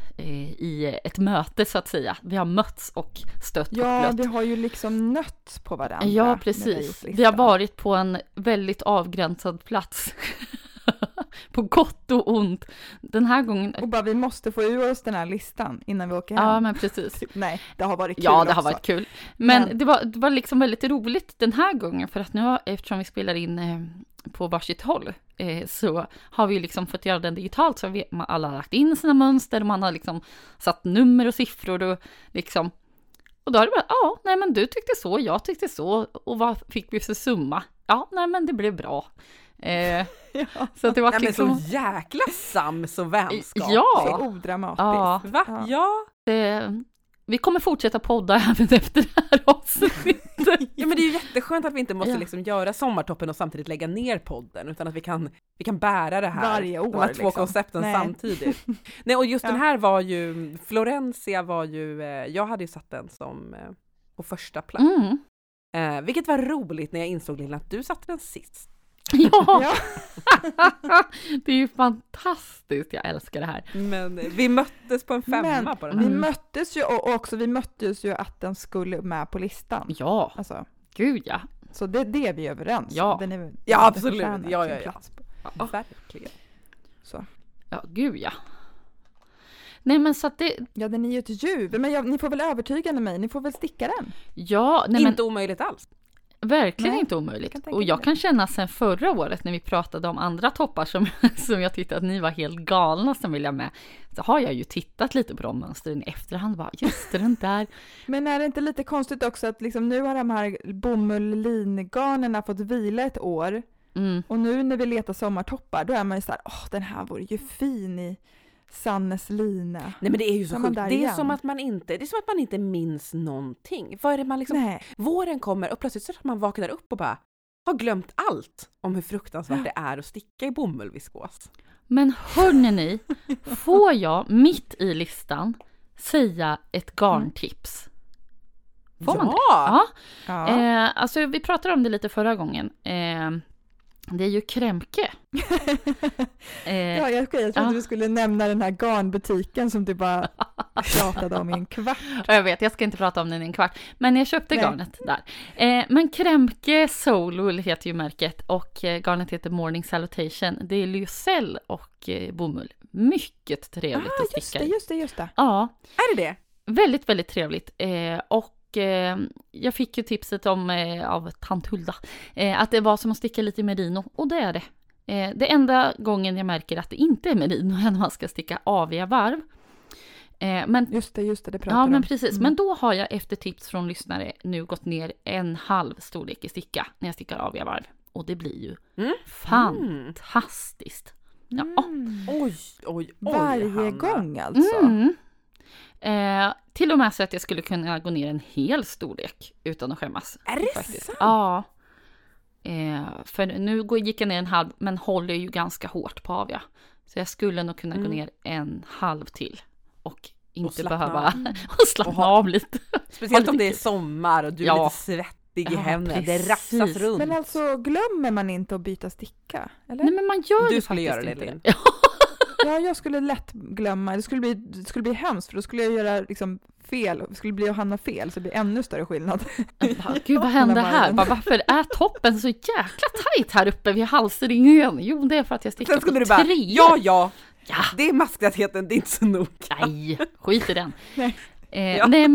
Speaker 3: i ett möte så att säga. Vi har mötts och stött och
Speaker 1: Ja,
Speaker 3: blött.
Speaker 1: vi har ju liksom nött på varandra.
Speaker 3: Ja, precis. Vi har varit på en väldigt avgränsad plats. På gott och ont. Den här gången...
Speaker 1: Och bara vi måste få ur oss den här listan innan vi åker hem.
Speaker 3: Ja, men precis.
Speaker 1: Nej, det har varit kul
Speaker 3: Ja, det
Speaker 1: också.
Speaker 3: har varit kul. Men,
Speaker 1: men...
Speaker 3: Det, var, det var liksom väldigt roligt den här gången för att nu har, eftersom vi spelar in eh, på varsitt håll eh, så har vi liksom fått göra den digitalt så vi man, alla har lagt in sina mönster och man har liksom satt nummer och siffror och liksom och då har det bara, ja, nej men du tyckte så, jag tyckte så och vad fick vi för summa? Ja, nej men det blev bra. Eh,
Speaker 1: ja.
Speaker 3: Så det var
Speaker 2: ja,
Speaker 3: liksom...
Speaker 2: men så jäkla sams och vänskap.
Speaker 3: Ja.
Speaker 1: Så odramatiskt.
Speaker 3: Ja.
Speaker 2: Va? Ja.
Speaker 3: ja. Det, vi kommer fortsätta podda även efter det här avsnittet.
Speaker 2: Ja, men det är ju jätteskönt att vi inte måste
Speaker 3: Ja.
Speaker 2: liksom göra sommartoppen och samtidigt lägga ner podden, utan att vi kan, vi kan bära det här.
Speaker 1: Varje år,
Speaker 2: de här två
Speaker 1: liksom.
Speaker 2: koncepten
Speaker 1: Nej.
Speaker 2: samtidigt. Nej, och just
Speaker 1: Ja.
Speaker 2: den här var ju, Florencia var ju, eh, jag hade ju satt den som eh, på första plats.
Speaker 3: Mm.
Speaker 2: Eh, vilket var roligt när jag insåg, Lilla, att du satte den sist.
Speaker 3: Ja,
Speaker 1: Ja.
Speaker 3: det är ju fantastiskt. Jag älskar det här.
Speaker 2: Men vi möttes på en femma
Speaker 1: Men
Speaker 2: på den här.
Speaker 1: vi
Speaker 3: Mm.
Speaker 1: möttes ju och också vi möttes ju att den skulle med på listan.
Speaker 3: Ja,
Speaker 1: Alltså,
Speaker 3: gud ja.
Speaker 1: så det, det är vi överens.
Speaker 3: Ja.
Speaker 1: Den är,
Speaker 2: Ja,
Speaker 1: den
Speaker 2: absolut.
Speaker 1: förtjänar
Speaker 2: Ja,
Speaker 1: sin
Speaker 2: ja, ja.
Speaker 1: plats.
Speaker 2: Ja, verkligen.
Speaker 1: Så.
Speaker 3: Ja, gud ja. Nej men så att det,
Speaker 1: Ja, den är ju ett djur. Men jag, ni får väl övertyga mig. Ni får väl sticka den.
Speaker 3: ja, nej men
Speaker 2: Inte omöjligt alls.
Speaker 3: verkligen
Speaker 1: Nej,
Speaker 3: inte
Speaker 1: jag kan
Speaker 3: omöjligt.
Speaker 1: tänka
Speaker 3: Och
Speaker 1: mig
Speaker 3: jag
Speaker 1: det.
Speaker 3: kan känna sen förra året när vi pratade om andra toppar som, som jag tyckte att ni var helt galna som vill jag med. Så har jag ju tittat lite på de mönstren i efterhand. Bara, just det, den där.
Speaker 1: Men är det inte lite konstigt också att liksom nu har de här bomull-lingarnerna fått vila ett år.
Speaker 3: Mm.
Speaker 1: Och nu när vi letar sommartoppar, då är man ju så här, åh, den här vore ju fin i Sannes lina.
Speaker 2: Nej, men det är ju så
Speaker 1: Så är man
Speaker 2: sjukt.
Speaker 1: där
Speaker 2: Det är
Speaker 1: igen.
Speaker 2: som att man inte, det är som att man inte minns någonting. Vad är det man liksom,
Speaker 1: Nej.
Speaker 2: våren kommer och plötsligt så att man vaknar upp och bara har glömt allt om hur fruktansvärt det är att sticka i bomullviskos.
Speaker 3: Men hörni ni, får jag mitt i listan säga ett garntips? Får man det?
Speaker 2: Ja!
Speaker 3: Ja.
Speaker 1: Ja.
Speaker 3: Eh, alltså vi pratade om det lite förra gången. Eh, det är ju Kremke. Eh,
Speaker 1: ja, jag, jag trodde
Speaker 3: ja.
Speaker 1: du skulle nämna den här garnbutiken som du bara pratade om i en kvart.
Speaker 3: jag vet, jag ska inte prata om den i en kvart. Men jag köpte
Speaker 1: Nej.
Speaker 3: garnet där. Eh, men Kremke Soul heter ju märket och eh, garnet heter Morning Salutation. Det är lyocell och eh, bomull. Mycket trevligt
Speaker 1: Ah,
Speaker 3: att
Speaker 1: just
Speaker 3: sticka
Speaker 1: det,
Speaker 3: i.
Speaker 1: just det, just det.
Speaker 3: Ja,
Speaker 2: Är det det?
Speaker 3: väldigt, väldigt trevligt. Eh, och eh, jag fick ju tipset om, eh, av tant Hulda eh, att det var som att sticka lite merino. Och det är det. Eh, det enda gången jag märker att det inte är merino är när man ska sticka aviga varv. Eh, men,
Speaker 1: Just det, just det, det pratar
Speaker 3: ja,
Speaker 1: om.
Speaker 3: men precis.
Speaker 1: Mm.
Speaker 3: Men då har jag efter tips från lyssnare nu gått ner en halv storlek i sticka när jag stickar aviga varv. Och det blir ju
Speaker 2: Mm.
Speaker 3: fantastiskt. Ja.
Speaker 1: Mm.
Speaker 2: Oj, oj, oj,
Speaker 1: Varje
Speaker 2: Hanna.
Speaker 1: gång alltså.
Speaker 3: Mm. Eh, till och med så att jag skulle kunna gå ner en hel storlek utan att skämmas.
Speaker 2: Är det
Speaker 3: faktiskt.
Speaker 2: sant?
Speaker 3: Ja. Eh, för nu går- gick jag ner en halv, men håller ju ganska hårt på avia. Så jag skulle nog kunna
Speaker 2: Mm.
Speaker 3: gå ner en halv till. Och inte
Speaker 2: slappna
Speaker 3: behöva
Speaker 2: av.
Speaker 3: och slappna
Speaker 2: Och ha-
Speaker 3: av lite.
Speaker 2: Speciellt
Speaker 3: Ha
Speaker 2: om
Speaker 3: lite
Speaker 2: det är
Speaker 3: kul.
Speaker 2: sommar och du är
Speaker 3: Ja.
Speaker 2: lite svettig i
Speaker 3: Ja,
Speaker 2: händerna. Det
Speaker 3: precis.
Speaker 2: rafsas runt.
Speaker 1: Men alltså, glömmer man inte att byta sticka? Eller?
Speaker 3: Nej, men man gör
Speaker 2: Du
Speaker 3: ju
Speaker 2: skulle
Speaker 3: faktiskt
Speaker 2: göra det,
Speaker 3: inte
Speaker 2: Linn.
Speaker 3: det.
Speaker 1: Ja, jag skulle lätt glömma. Det skulle bli, det skulle bli hemskt, för då skulle jag göra liksom fel. Det skulle bli att hamna fel, så det blir ännu större skillnad.
Speaker 3: Bara, Gud, vad hände här? Bara, varför är toppen så jäkla tajt här uppe vid halsringen? Jo, det är för att jag stickar
Speaker 2: Sen skulle
Speaker 3: på
Speaker 2: du bara,
Speaker 3: treor.
Speaker 2: ja, ja,
Speaker 3: Ja.
Speaker 2: det är masktätheten, det är inte så noga.
Speaker 3: Nej, skit i den.
Speaker 1: Nej.
Speaker 3: Eh,
Speaker 2: Ja.
Speaker 3: Nej, men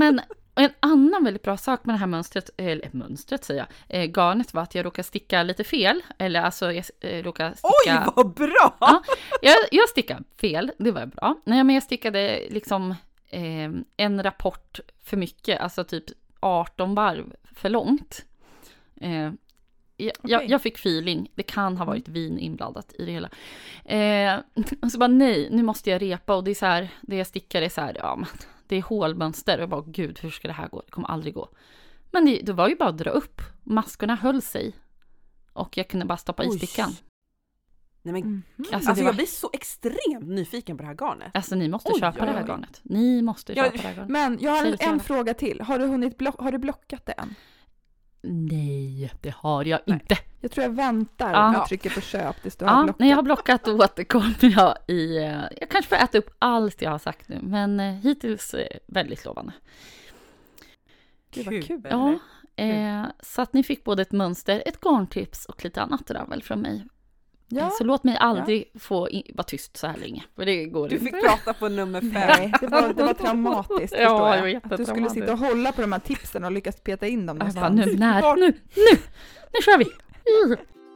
Speaker 3: Och en annan väldigt bra sak med det här mönstret, eller mönstret säger jag, eh, garnet var att jag råkade sticka lite fel. Eller alltså jag eh, råkade sticka...
Speaker 2: Oj, vad bra!
Speaker 3: Ja, jag, jag stickade fel, det var bra. Nej, men jag stickade liksom eh, en rapport för mycket, alltså typ arton varv för långt. Eh, jag,
Speaker 1: okay.
Speaker 3: jag, jag fick feeling, det kan ha varit vin inblandat i det hela. Eh, och så bara nej, nu måste jag repa och det är så här, det jag stickar är så här, ja men det är hålmönster och jag bara gud hur ska det här gå, det kommer aldrig gå. Men det, det var ju bara att dra upp, maskorna höll sig och jag kunde bara stoppa
Speaker 2: Oj.
Speaker 3: i stickan.
Speaker 2: Nej men
Speaker 1: Mm.
Speaker 2: alltså,
Speaker 3: Alltså,
Speaker 2: alltså
Speaker 3: det
Speaker 2: jag
Speaker 3: var-
Speaker 2: blir så extremt nyfiken på det här garnet.
Speaker 3: Alltså ni måste
Speaker 2: Oj,
Speaker 3: köpa
Speaker 2: oj,
Speaker 3: det här
Speaker 2: oj.
Speaker 3: garnet. Ni måste
Speaker 2: Ja,
Speaker 3: köpa det här garnet.
Speaker 1: Men jag har
Speaker 3: Säg
Speaker 1: en,
Speaker 3: det till
Speaker 1: en
Speaker 3: alla.
Speaker 1: fråga till. Har du hunnit block, har du blockat det än?
Speaker 3: Nej, det har jag
Speaker 1: Nej.
Speaker 3: inte.
Speaker 1: Jag tror jag väntar
Speaker 3: Ja.
Speaker 1: om jag trycker på köp. Det står har
Speaker 3: Ja,
Speaker 1: blockat.
Speaker 3: när jag har blockat och återkommer jag i... eh, Jag kanske får äta upp allt jag har sagt nu, men eh, hittills eh, väldigt lovande.
Speaker 1: Gud vad kul.
Speaker 3: Ja, eh, så att ni fick både ett mönster, ett garntips och lite annat där väl från mig.
Speaker 1: Ja.
Speaker 3: Så låt mig aldrig få i, vara tyst så här länge, för det går
Speaker 2: Du
Speaker 3: inte.
Speaker 2: fick prata på nummer fem.
Speaker 1: Nej, det var, det var traumatiskt,
Speaker 3: Ja,
Speaker 1: förstår
Speaker 3: det
Speaker 1: jag.
Speaker 3: var
Speaker 1: Att du skulle
Speaker 3: jättetraumatiskt.
Speaker 1: sitta och hålla på de här tipsen och lyckas peta in dem
Speaker 3: Jag bara,
Speaker 1: någonstans.
Speaker 3: nu, när, nu, nu, nu kör vi! Mm.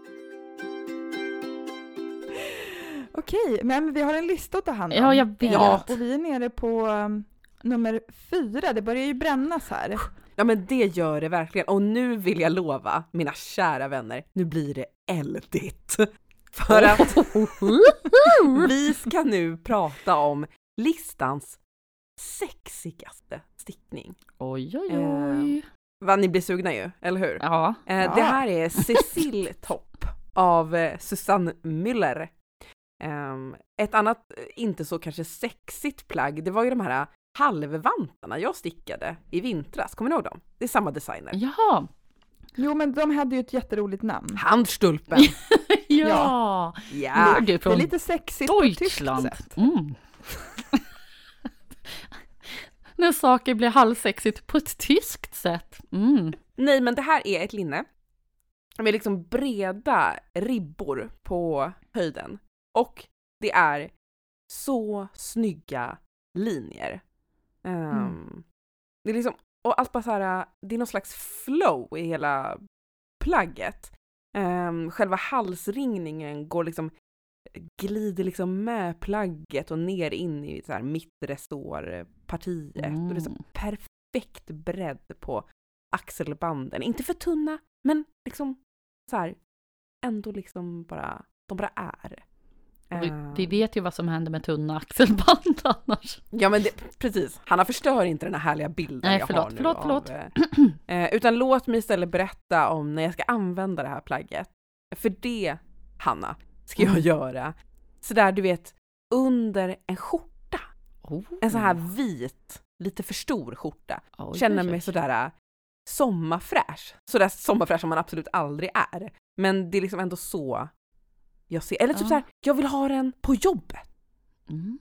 Speaker 1: Okej, men vi har en lista att ta hand om.
Speaker 3: Ja, jag vet.
Speaker 1: Ja, och vi är nere på um, nummer fyra. Det börjar ju brännas här.
Speaker 2: Ja men det gör det verkligen. Och nu vill jag lova, mina kära vänner, nu blir det eldigt. För att vi ska nu prata om listans sexigaste stickning.
Speaker 3: Oj, oj,
Speaker 2: Eh,
Speaker 3: oj.
Speaker 2: Vad ni blir sugna ju, eller hur?
Speaker 3: Ja.
Speaker 2: Eh,
Speaker 1: Ja.
Speaker 2: Det här är Cecil Topp av eh, Susanne Müller. Um, ett annat, eh, inte så kanske sexigt plagg, det var ju de här halvvantarna jag stickade i vintras. Kommer ni ihåg dem? Det är samma designer.
Speaker 3: Jaha.
Speaker 1: Jo, men de hade ju ett jätteroligt namn.
Speaker 2: Handstulpen!
Speaker 3: Ja.
Speaker 2: Ja!
Speaker 3: Det är
Speaker 1: Det
Speaker 3: från
Speaker 1: är lite sexigt på tyskt
Speaker 3: Deutschland.
Speaker 1: sätt.
Speaker 3: Mm. När saker blir halvsexigt på ett tyskt sätt. Mm.
Speaker 2: Nej, men det här är ett linne med liksom breda ribbor på höjden. Och det är så snygga linjer. Um,
Speaker 1: Mm.
Speaker 2: Det är liksom, och allt bara så här, det är någon slags flow i hela plagget. Um, själva halsringningen går liksom, glider liksom med plagget och ner in i så här mittre står partiet.
Speaker 3: Mm.
Speaker 2: Och det är så perfekt bredd på axelbanden. Inte för tunna, men liksom så här, ändå liksom bara, de bara är.
Speaker 3: Vi,
Speaker 2: Um,
Speaker 3: vi vet ju vad som händer med tunna axelband annars.
Speaker 2: Ja men det, precis, Hanna förstör inte den här härliga bilden
Speaker 3: Nej,
Speaker 2: jag
Speaker 3: förlåt,
Speaker 2: har nu
Speaker 3: förlåt,
Speaker 2: av,
Speaker 3: förlåt.
Speaker 2: eh, eh, utan låt mig istället berätta om när jag ska använda det här plagget. För det, Hanna, ska jag
Speaker 3: Mm.
Speaker 2: göra sådär du vet, under en skjorta.
Speaker 3: Oh.
Speaker 2: En så här vit, lite för stor skjorta.
Speaker 3: Oj,
Speaker 2: Känner
Speaker 3: oj, oj.
Speaker 2: mig sådär sommarfräsch. Sådär sommarfräsch som man absolut aldrig är. Men det är liksom ändå så jag ser. Eller typ
Speaker 3: Ja.
Speaker 2: så här, jag vill ha den på jobbet.
Speaker 3: Mm.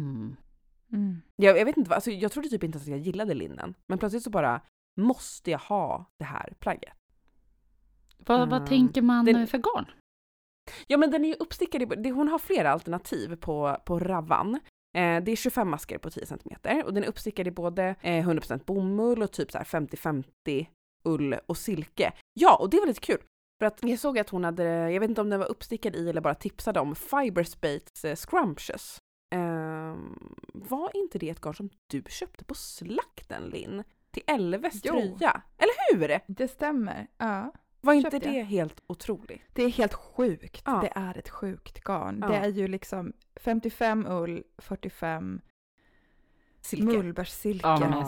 Speaker 1: Mm.
Speaker 2: Jag, jag vet inte vad, alltså jag trodde typ inte att jag gillade linnen. Men plötsligt så bara, måste jag ha det här plagget?
Speaker 3: Vad, vad
Speaker 2: Mm.
Speaker 3: tänker man
Speaker 2: Det-
Speaker 3: för garn?
Speaker 2: Ja men den är ju uppstickad, i, det, hon har flera alternativ på, på Ravan. Eh, det är tjugofem masker på tio centimeter och den är uppstickad i både eh, hundra procent bomull och typ så här femtio femtio ull och silke. Ja, och det var lite kul. För att jag såg att hon hade, jag vet inte om den var uppstickad i eller bara tipsade om Fiberspates eh, Scrumptious. Eh, var inte det ett garn som du köpte på slakten, Linn? Till Elves
Speaker 1: Jo.
Speaker 2: tröja? Eller hur?
Speaker 1: Det stämmer. Ja.
Speaker 2: Var inte
Speaker 1: Köpte
Speaker 2: det
Speaker 1: jag.
Speaker 2: helt otroligt?
Speaker 1: Det är helt sjukt.
Speaker 2: Ja.
Speaker 1: Det är ett sjukt garn.
Speaker 2: Ja.
Speaker 1: Det är ju liksom femtiofem ull, fyrtiofem
Speaker 2: Silke.
Speaker 1: mullbärssilke.
Speaker 3: Ja,
Speaker 2: Ja.
Speaker 3: men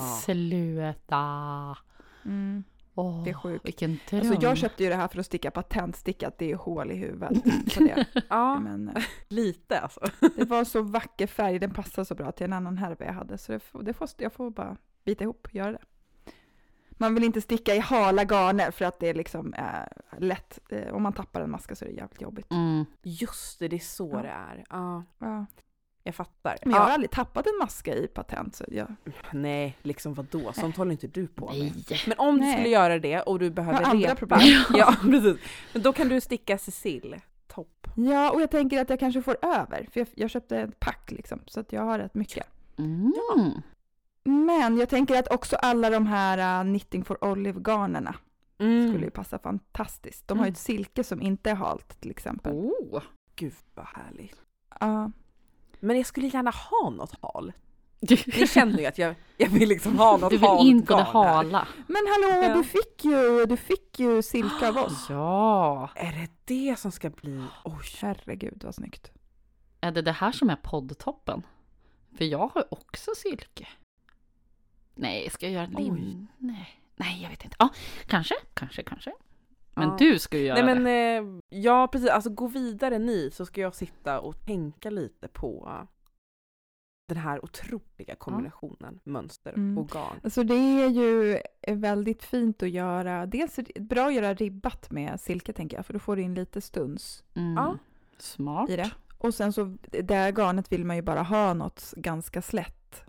Speaker 3: sluta.
Speaker 1: Mm.
Speaker 3: Åh,
Speaker 1: Det är sjukt.
Speaker 3: vilken dröm.
Speaker 1: Alltså jag köpte ju det här för att sticka patentstickat. Det är hål i huvudet på det.
Speaker 2: Ja,
Speaker 1: Men eh,
Speaker 2: lite alltså.
Speaker 1: det var så vacker färg. Den passade så bra till en annan härva jag hade. Så det får, det får, jag får bara bita ihop och göra det. Man vill inte sticka i hala garner för att det är liksom eh, lätt. Eh, om man tappar en maska så är det jävligt jobbigt.
Speaker 3: Mm.
Speaker 2: Just det, det är så
Speaker 1: Ja.
Speaker 2: det är. Ja,
Speaker 1: Ja.
Speaker 2: jag fattar.
Speaker 1: Men jag har
Speaker 2: Ja,
Speaker 1: aldrig tappat en maska i patent. Så jag,
Speaker 2: nej, liksom vadå? Sånt håller inte du på med.
Speaker 3: Nej.
Speaker 2: Men om du
Speaker 1: Nej.
Speaker 2: skulle göra det och du behöver
Speaker 1: Jag har andra
Speaker 2: repa.
Speaker 1: problem.
Speaker 2: Ja, precis. Men då kan du sticka Cecil. Topp.
Speaker 1: ja, och jag tänker att jag kanske får över. För jag, jag köpte ett pack liksom. Så att jag har rätt mycket.
Speaker 3: Mm.
Speaker 1: Men jag tänker att också alla de här uh, Knitting for Olive-garnerna
Speaker 2: Mm.
Speaker 1: skulle ju passa fantastiskt. De har ju ett silke som inte är halt till exempel.
Speaker 2: Oh, gud vad härligt.
Speaker 1: Ja.
Speaker 2: Men jag skulle gärna ha något hal. Ni känner ju att jag, jag vill liksom ha något
Speaker 3: Du vill
Speaker 2: halt
Speaker 3: in på det
Speaker 2: garn här.
Speaker 3: hala.
Speaker 1: Men hallå,
Speaker 2: Ja.
Speaker 1: du fick ju, du fick ju silke av oss.
Speaker 3: Ja.
Speaker 2: Är det det som ska bli? Oj.
Speaker 1: Herregud vad snyggt.
Speaker 3: Är det det här som är poddtoppen? För jag har också silke. Nej, ska jag göra
Speaker 2: Oj.
Speaker 3: linne? Nej. Nej, jag vet inte. Ja, kanske, kanske, kanske. Men
Speaker 2: Ja.
Speaker 3: du ska ju göra
Speaker 2: Nej men
Speaker 3: det.
Speaker 2: eh, ja precis, alltså gå vidare ni så ska jag sitta och tänka lite på den här otroliga kombinationen mönster
Speaker 1: Mm.
Speaker 2: och garn.
Speaker 1: Alltså det är ju väldigt fint att göra. Dels är det bra att göra ribbat med silke tänker jag. För då får du in lite stuns
Speaker 3: Mm.
Speaker 2: Ja.
Speaker 3: Smart.
Speaker 1: i det. Och sen så, där garnet vill man ju bara ha något ganska slätt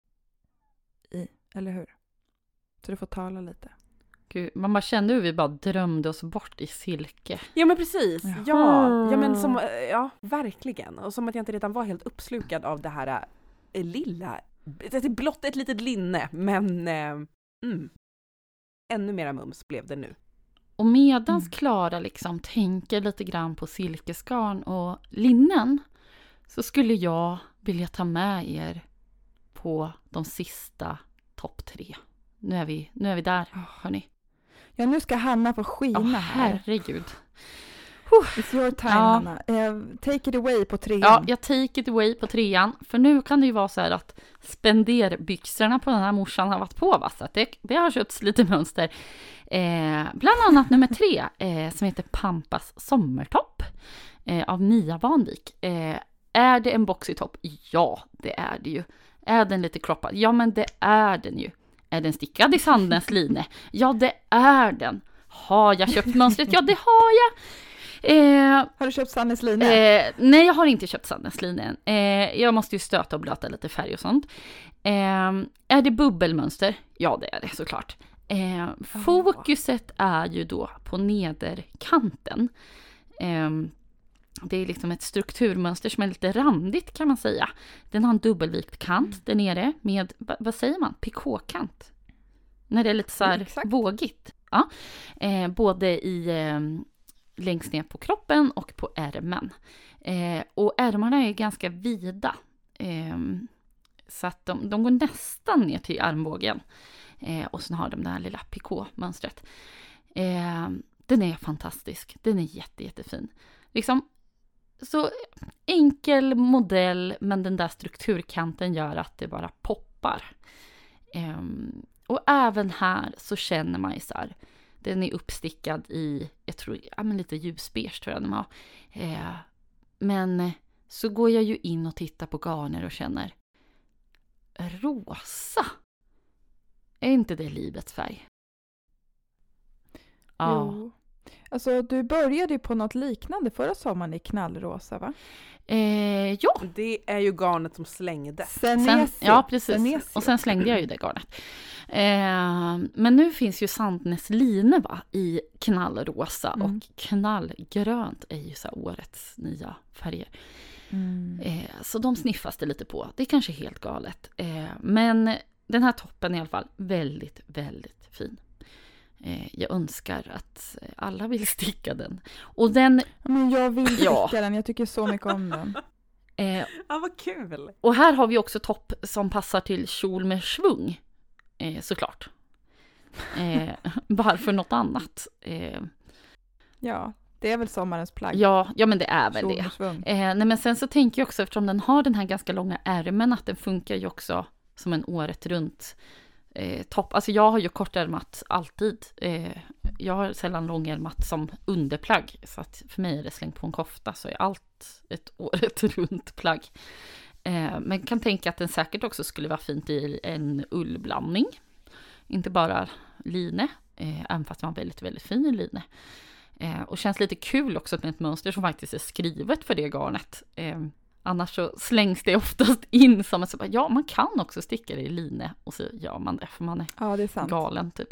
Speaker 1: i. Eller hur? Så du får tala lite.
Speaker 3: Gud, man bara kände hur vi bara drömde oss bort i silke.
Speaker 2: Ja men precis,
Speaker 1: Jaha.
Speaker 2: ja, ja men som, ja verkligen. Och som att jag inte redan var helt uppslukad av det här eh, lilla, det är blott ett litet linne men eh, mm, ännu mera mums blev det nu.
Speaker 3: Och medans
Speaker 1: Mm.
Speaker 3: Klara liksom tänker lite grann på silkesgarn och linnen, så skulle jag vilja ta med er på de sista topp tre. Nu är vi, nu är vi där, hörni.
Speaker 1: Ja, nu ska Hanna få skina
Speaker 3: Ja,
Speaker 1: här.
Speaker 3: herregud.
Speaker 1: It's your time,
Speaker 3: Ja.
Speaker 1: Hanna. Eh, take it away på trean.
Speaker 3: Ja, jag take it away på trean. För nu kan det ju vara så här att spenderbyxorna på den här morsan har varit på. Va? Så att det, det har köpts lite mönster. Eh, bland annat nummer tre eh, som heter Pampas sommartopp eh, av Mia Vanvik. Eh, är det en boxytopp? Ja, det är det ju. Är den lite kroppad? Ja, men det är den ju. Är den stickad i Sandens line? Ja, det är den. Har jag köpt mönstret? Ja, det har jag. Eh,
Speaker 1: Har du köpt Sannes line?
Speaker 3: Eh, nej, jag har inte köpt Sandens line än. Eh, jag måste ju stöta och blöta lite färg och sånt. Eh, är det bubbelmönster? Ja, det är det såklart. Eh, fokuset är ju då på nederkanten. Eh, det är liksom ett strukturmönster som är lite randigt kan man säga. Den har en dubbelvikt kant mm. där nere med, va, vad säger man, pikåkant. När det är lite så här
Speaker 1: Exakt.
Speaker 3: vågigt. Ja. Eh, både i... Eh, längst ner på kroppen och på ärmen. Eh, och ärmarna är ganska vida. Eh, så att de, de går nästan ner till armbågen. Eh, och sen har de det här lilla pikå-mönstret. Eh, den är fantastisk. Den är jätte, jättefin. Liksom, så enkel modell, men den där strukturkanten gör att det bara poppar. Eh, och även här så känner man ju så här. Den är uppstickad i, jag tror, ja, men lite ljusbeige tror jag de har. Eh, men så går jag ju in och tittar på garner och känner, rosa. Är inte det livets färg? Ja.
Speaker 1: Jo. Alltså du började ju på något liknande förra sommaren i knallrosa, va?
Speaker 3: Eh, ja.
Speaker 2: Det är ju garnet som slängdes.
Speaker 1: Senesi.
Speaker 3: Sen, ja, precis.
Speaker 1: Senesi.
Speaker 3: Och sen slängde jag ju det garnet. Eh, men nu finns ju Sandnes line va, i knallrosa
Speaker 1: Mm.
Speaker 3: och knallgrönt är ju så här årets nya färger.
Speaker 1: Mm.
Speaker 3: Eh, så de sniffas det lite på. Det är kanske helt galet. Eh, men den här toppen är i alla fall väldigt, väldigt fin. Eh, jag önskar att alla vill sticka den. Och den...
Speaker 1: Men jag vill sticka
Speaker 3: Ja.
Speaker 1: den, jag tycker så mycket om den.
Speaker 3: Eh,
Speaker 2: Ja, vad kul!
Speaker 3: och här har vi också topp som passar till kjol med svung. Eh, såklart. Eh, varför något annat? Eh,
Speaker 1: Ja, det är väl sommarens plagg.
Speaker 3: ja, ja, men det är väl
Speaker 1: Kjol
Speaker 3: det.
Speaker 1: med svung.
Speaker 3: Eh, nej, men sen så tänker jag också, eftersom den har den här ganska långa ärmen, att den funkar ju också som en året runt eh, topp. Alltså jag har ju kortärmat alltid. Eh, jag har sällan långärmat som underplagg. Så att för mig är det slängt på en kofta så är allt ett året runt plagg. Eh, men kan tänka att den säkert också skulle vara fint i en ullblandning. Inte bara line, eh, även fast den var väldigt, väldigt fin i line. Eh, och känns lite kul också med ett mönster som faktiskt är skrivet för det garnet. Eh, annars så slängs det oftast in som att ja, man kan också sticka det i line och så gör man det för man är
Speaker 1: Ja, det är sant.
Speaker 3: galen typ.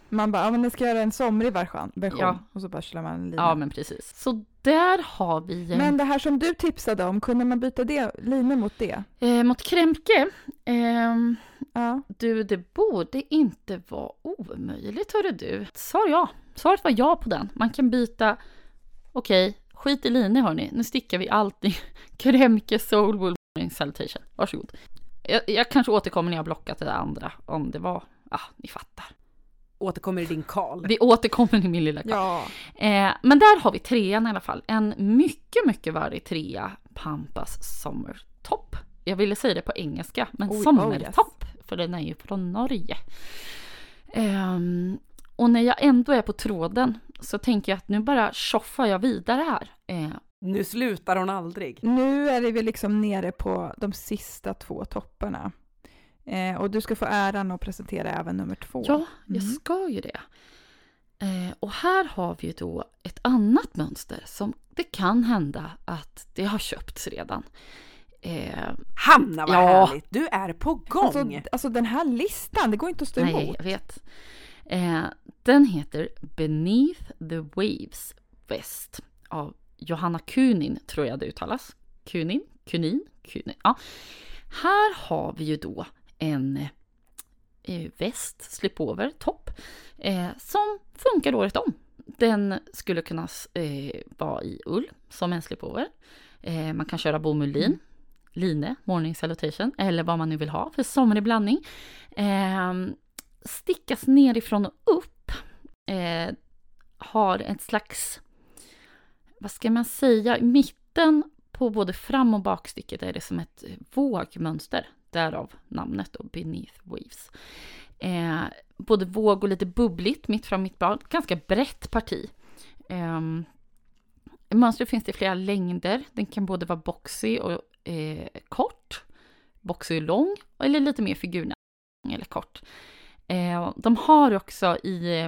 Speaker 1: Man bara, ja men det ska göra en somrig version.
Speaker 3: Ja.
Speaker 1: Och så bara slår man lina.
Speaker 3: Ja, men precis. Så där har vi...
Speaker 1: Men det här som du tipsade om, kunde man byta det, lina mot det?
Speaker 3: Eh, mot krämke. Eh,
Speaker 1: ja.
Speaker 3: Du, det borde inte vara omöjligt, hörru du. Svar ja. Svaret var ja på den. Man kan byta... Okej, okay, skit i linje hörni. Nu stickar vi allt i krämke, soulwool, salutation. Varsågod. Jag, jag kanske återkommer när jag blockat det andra. Om det var... Ja, ah, ni fattar.
Speaker 2: Återkommer i din Karl.
Speaker 3: Vi återkommer i min lilla Karl.
Speaker 1: Ja.
Speaker 3: Eh, men där har vi trean i alla fall. En mycket, mycket värdig trea. Pampas sommartopp. Jag ville säga det på engelska. Men
Speaker 1: oh,
Speaker 3: sommartopp.
Speaker 1: Oh, yes.
Speaker 3: För den är ju från Norge. Eh, och när jag ändå är på tråden. Så tänker jag att nu bara tjoffar jag vidare här. Eh,
Speaker 2: nu slutar hon aldrig.
Speaker 1: Nu är vi liksom nere på de sista två topparna. Eh, och du ska få äran att presentera även nummer två.
Speaker 3: Ja, jag ska ju det. Eh, och här har vi ju då ett annat mönster som det kan hända att det har köpts redan. Eh,
Speaker 2: Hanna, vad
Speaker 3: ja.
Speaker 2: härligt. Du är på gång.
Speaker 1: Alltså, alltså den här listan, det går inte att stå
Speaker 3: Nej,
Speaker 1: emot.
Speaker 3: Nej, jag vet. Eh, den heter Beneath the Waves West av Johanna Kunin, tror jag det uttalas. Kunin? Kunin? Kunin. Ja. Här har vi ju då en eh, väst, slipover, topp eh, som funkar året om. Den skulle kunna eh, vara i ull som en slipover. Eh, man kan köra bomullin, mm. line, morning salutation eller vad man nu vill ha för somrig blandning. Eh, stickas nerifrån och upp. Eh, har ett slags, vad ska man säga, i mitten på både fram- och baksticket är det som ett vågmönster. Därav namnet då, Beneath Waves. Eh, både våg och lite bubbligt, mitt fram, mitt bak. Ganska brett parti. Eh, mönstret finns det i flera längder. Den kan både vara boxy och eh, kort. Boxy och lång. Eller lite mer figurna. Eller kort. Eh, de har också i...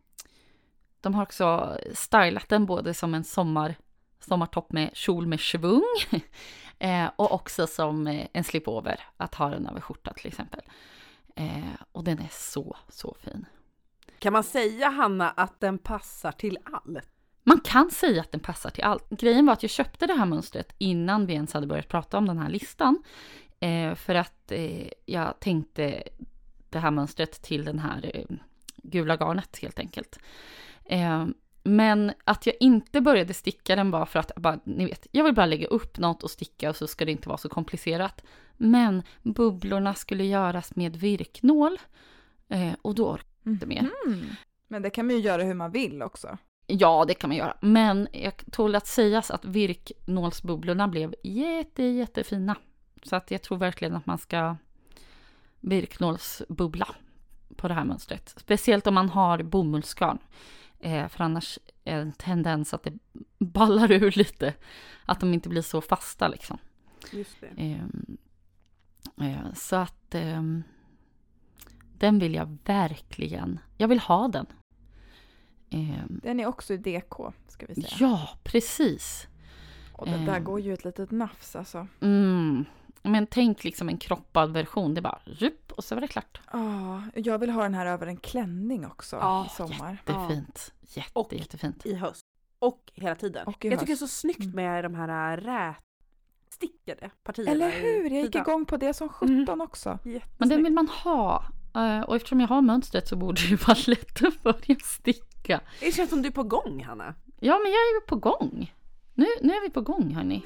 Speaker 3: De har också stylat den både som en sommar... sommartopp med kjol med svung eh, och också som eh, en slipover att ha den över skjorta till exempel. Eh, och den är så, så fin.
Speaker 2: Kan man säga, Hanna, att den passar till allt?
Speaker 3: Man kan säga att den passar till allt. Grejen var att jag köpte det här mönstret innan vi ens hade börjat prata om den här listan. Eh, för att eh, jag tänkte det här mönstret till den här eh, gula garnet helt enkelt. Eh, Men att jag inte började sticka den bara för att, bara, ni vet, jag vill bara lägga upp något och sticka och så ska det inte vara så komplicerat. Men bubblorna skulle göras med virknål eh, och då orkar jag inte mer.
Speaker 1: Mm. Men det kan man ju göra hur man vill också.
Speaker 3: Ja, det kan man göra. Men jag tål att sägas att virknålsbubblorna blev jätte, jättefina. Så att jag tror verkligen att man ska virknålsbubbla på det här mönstret. Speciellt om man har bomullsgarn. Eh, för annars är det en tendens att det ballar ur lite. Att de inte blir så fasta liksom.
Speaker 2: Just det.
Speaker 3: Eh, eh, så att eh, den vill jag verkligen, jag vill ha den. Eh,
Speaker 1: den är också i D K, ska vi säga.
Speaker 3: Ja, precis.
Speaker 1: Och det där eh, går ju ett litet nafs alltså.
Speaker 3: Mm. Men tänk liksom en kroppad version. Det är bara rup och så var det klart.
Speaker 1: Ja, oh, jag vill ha den här över en klänning också oh, i sommar.
Speaker 3: Jättefint. Jätte,
Speaker 2: och
Speaker 3: jättefint.
Speaker 2: I höst. Och hela tiden. Och jag höst. tycker det är så snyggt
Speaker 1: mm.
Speaker 2: med de här rätstickade partierna.
Speaker 1: Eller hur? Jag gick igång på det som sjutton mm. också.
Speaker 3: Men den vill man ha. Och eftersom jag har mönstret så borde det vara lätt att börja sticka.
Speaker 2: Det känns som du är på gång, Hanna.
Speaker 3: Ja, men jag är ju på gång. Nu, nu är vi på gång, hörni.